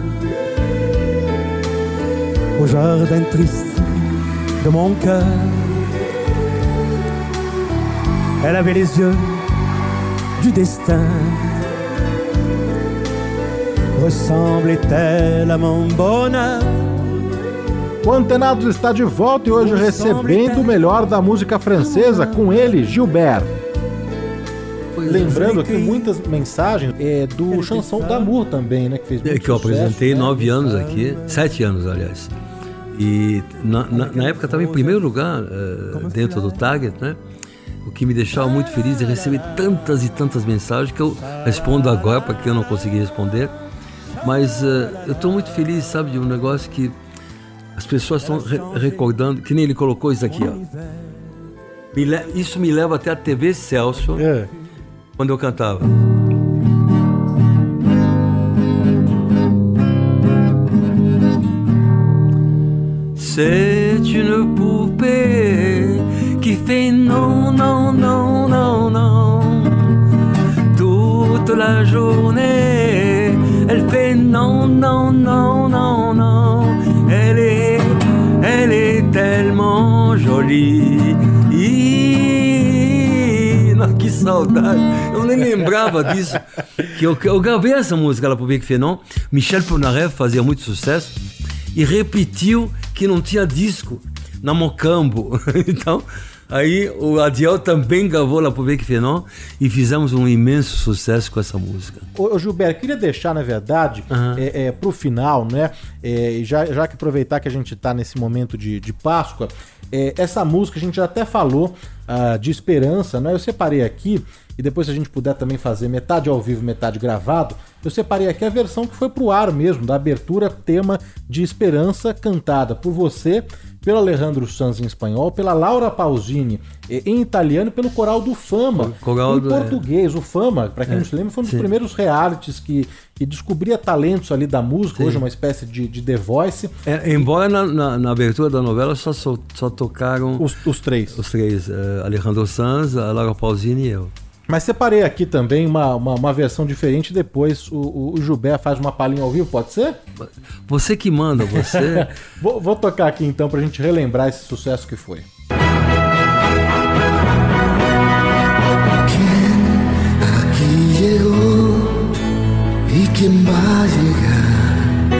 D: au jardin triste de mon cœur. Elle avait les yeux du destin. Ressemblait-elle à mon bonheur?
B: O Antenados está de volta e hoje recebendo o melhor da música francesa com ele, Gilbert. Lembrando aqui muitas mensagens do Chanson d'Amour também, né? Que fez muito
E: que eu
B: sucesso,
E: apresentei
B: né?
E: 9 anos aqui, 7 anos, aliás. E na época estava em primeiro lugar dentro do Target, né? O que me deixava muito feliz é receber tantas e tantas mensagens que eu respondo agora para quem eu não consegui responder. Mas eu estou muito feliz, sabe, de um negócio que as pessoas estão recordando, que nem ele colocou isso aqui, ó. Isso me leva até a TV Celso, quando eu cantava. C'est une poupée qui fait non, non, non, non, non. Toute la journée, elle fait non, non, non, non, non. Elle est tellement jolie. que saudade. Eu nem lembrava disso. Que eu gravei essa música lá pro Bec Fenon. Michel Polnareff fazia muito sucesso e repetiu que não tinha disco na Mocambo. Então, aí o Adiel também gravou lá pro Bec Fenon e fizemos um imenso sucesso com essa música.
B: Ô Gilberto, queria deixar, na verdade, pro final, né? Já que aproveitar que a gente tá nesse momento de Páscoa, essa música a gente já até falou de esperança, né? Eu separei aqui, e depois se a gente puder também fazer metade ao vivo, metade gravado, eu separei aqui a versão que foi pro ar mesmo, da abertura, tema de Esperança, cantada por você, pelo Alejandro Sanz em espanhol, pela Laura Pausini em italiano e pelo Coral do Fama em português. O Fama, para quem não se lembra, foi um dos primeiros realities que descobria talentos ali da música, hoje é uma espécie de The Voice.
E: Embora na abertura da novela só tocaram
B: os três.
E: Os três, Alejandro Sanz, a Laura Pausini e eu.
B: Mas separei aqui também uma versão diferente, depois o Gilberto faz uma palhinha ao vivo, pode ser?
E: Você que manda, você...
B: vou tocar aqui então pra gente relembrar esse sucesso que foi.
A: ¿Quién aquí llegó y quién va a llegar?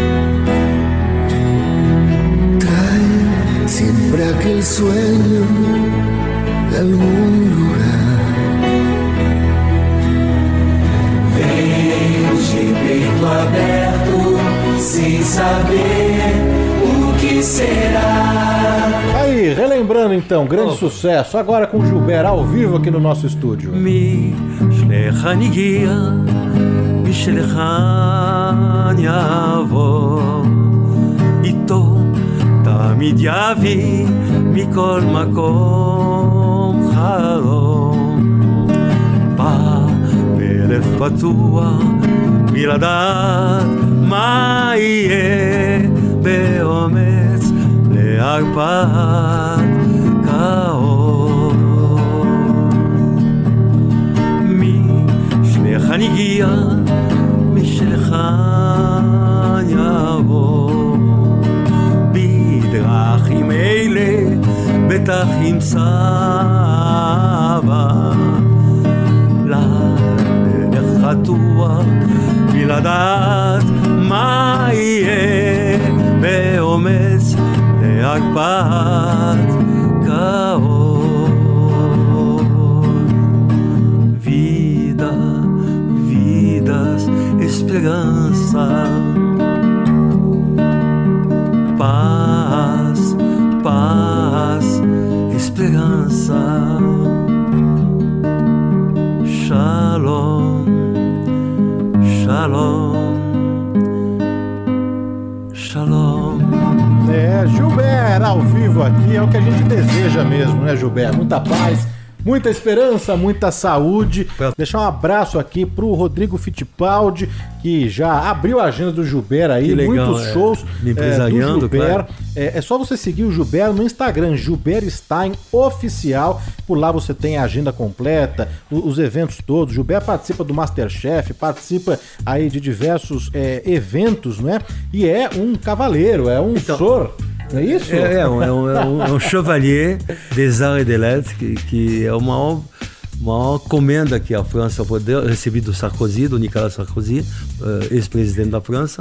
A: Trae siempre aquel sueño de algún lugar.
G: De peito aberto, sem saber o que será.
B: Aí, relembrando então, grande sucesso, agora com o Gilberto ao vivo aqui no nosso estúdio.
E: Mi shlechani gia, mi shlechani yavo, ito tamid yavi mikol makom chalom. בלב פתוח מלדעת מה יהיה באומץ להרפאת כאור. משלך הגיע, משלך יבוא, בדרכים אלה בטח ימצא חתוח בלדעת מה יהיה באומץ להקפאת כאור. Vidas, esperança, paz, esperança, Shalom, Shalom.
B: Gilberto ao vivo aqui é o que a gente deseja mesmo, né, Gilberto? Muita paz, muita esperança, muita saúde. Deixar um abraço aqui pro Rodrigo Fittipaldi, que já abriu a agenda do Gilberto aí, legal, muitos shows do Gilberto. Claro. É só você seguir o Gilberto no Instagram, Gilberto Stein Oficial. Por lá você tem a agenda completa, os eventos todos. O Gilberto participa do Masterchef, participa aí de diversos eventos, né? E é um cavaleiro, é um sor. Não é isso?
E: É um chevalier des arts et des lettres, que é uma maior comenda que a França pode receber do Sarkozy, do Nicolas Sarkozy, ex-presidente da França.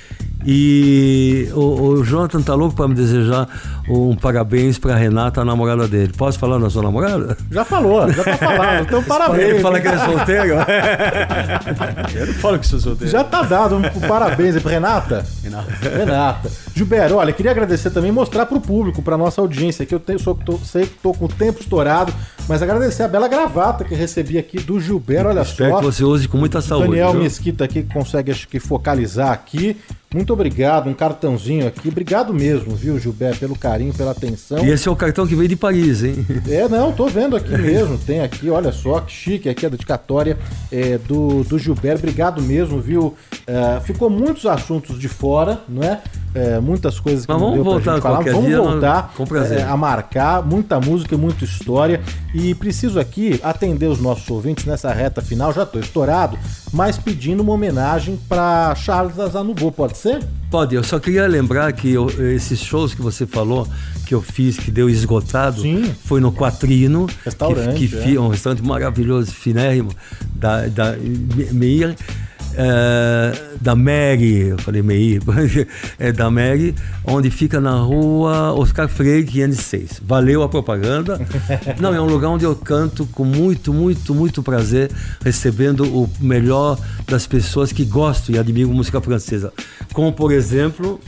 E: E o Jonathan tá louco para me desejar um parabéns para Renata, a namorada dele. Posso falar da sua namorada?
B: Já falou, já tá falando. Então parabéns.
E: Ele fala que ele é solteiro?
F: Eu não falo que sou solteiro.
B: Já tá dado um parabéns aí pra Renata? Renata. Gilberto, olha, queria agradecer também, mostrar pro público, pra nossa audiência, que sei que tô com o tempo estourado, mas agradecer a bela gravata que recebi aqui do Gilberto, olha
E: Espero
B: só.
E: Que você use com muita saúde.
B: Daniel Mesquita aqui que consegue, acho que, focalizar aqui. Muito obrigado, um cartãozinho aqui. Obrigado mesmo, viu, Gilberto, pelo carinho, pela atenção.
E: E esse é o cartão que veio de Paris, hein?
B: Não, tô vendo aqui mesmo. Tem aqui, olha só, que chique aqui a dedicatória do Gilberto. Obrigado mesmo, viu? Ficou muitos assuntos de fora, não é? muitas coisas que
E: mas
B: não deu pra gente falar. Vamos voltar a marcar muita música e muita história. E preciso aqui atender os nossos ouvintes nessa reta final. Já estou estourado, mas pedindo uma homenagem para Charles Aznavour, pode ser?
E: Pode, eu só queria lembrar que esses shows que você falou, que eu fiz, que deu esgotado, sim, foi no Quatrino,
B: restaurante,
E: um restaurante maravilhoso, finérrimo, da Meir, da Mary, eu falei Meir, da Mary, onde fica na rua Oscar Freire 506. Valeu a propaganda. Não, é um lugar onde eu canto com muito, muito, muito prazer, recebendo o melhor das pessoas que gostam e admiram música francesa. Como, por exemplo...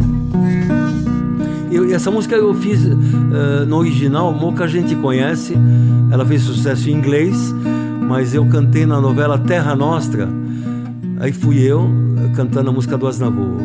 E: essa música eu fiz no original, pouca gente conhece. Ela fez sucesso em inglês, mas eu cantei na novela Terra Nostra. Aí fui eu cantando a música do Aznavour.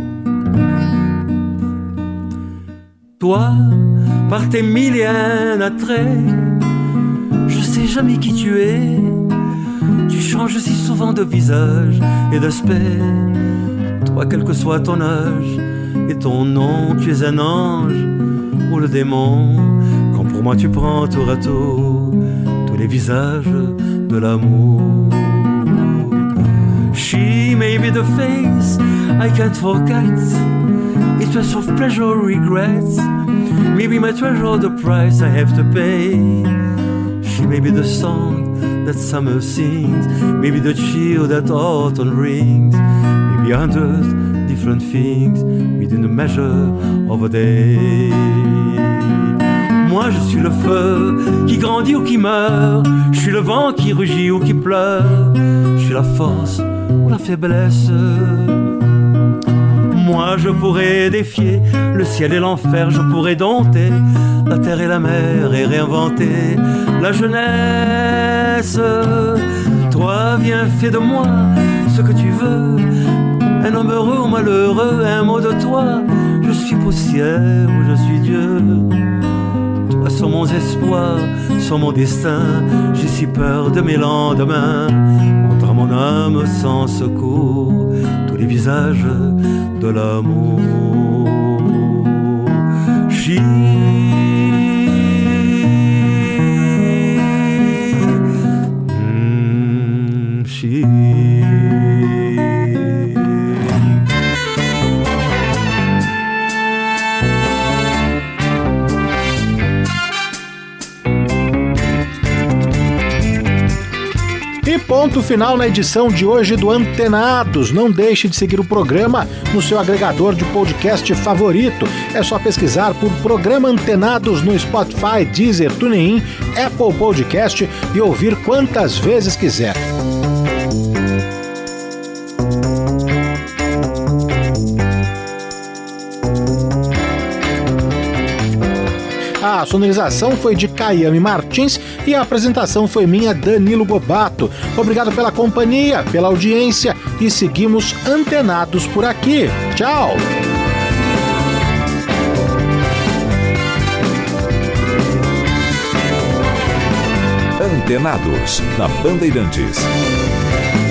E: Toi, par tes milliers d'attraits, je sais jamais qui tu es. Tu changes si souvent de visage et d'aspect. Toi, quel que soit ton âge et ton nom, tu es un ange ou le démon. Quand pour moi tu prends tour à tour tous les visages de l'amour. She may be the face I can't forget. It's a soft pleasure or regret. Maybe my treasure, the price I have to pay. She may be the song that summer sings. Maybe the chill that autumn rings. Maybe 100 different things within the measure of a day. Moi je suis le feu qui grandit ou qui meurt. Je suis le vent qui rugit ou qui pleure. Je suis la force ou la faiblesse. Moi je pourrais défier le ciel et l'enfer. Je pourrais dompter la terre et la mer et réinventer la jeunesse. Toi viens fais de moi ce que tu veux. Un homme heureux ou malheureux, un mot de toi. Je suis poussière ou je suis Dieu. Toi sont mon espoir, sont mon destin. J'ai si peur de mes lendemains. Montre à mon âme sans secours tous les visages de l'amour. She
B: Ponto final na edição de hoje do Antenados. Não deixe de seguir o programa no seu agregador de podcast favorito. É só pesquisar por Programa Antenados no Spotify, Deezer, TuneIn, Apple Podcast e ouvir quantas vezes quiser. A sonorização foi de Caiame Martins e a apresentação foi minha, Danilo Bobato. Obrigado pela companhia, pela audiência e seguimos antenados por aqui. Tchau!
C: Antenados, na Bandeirantes.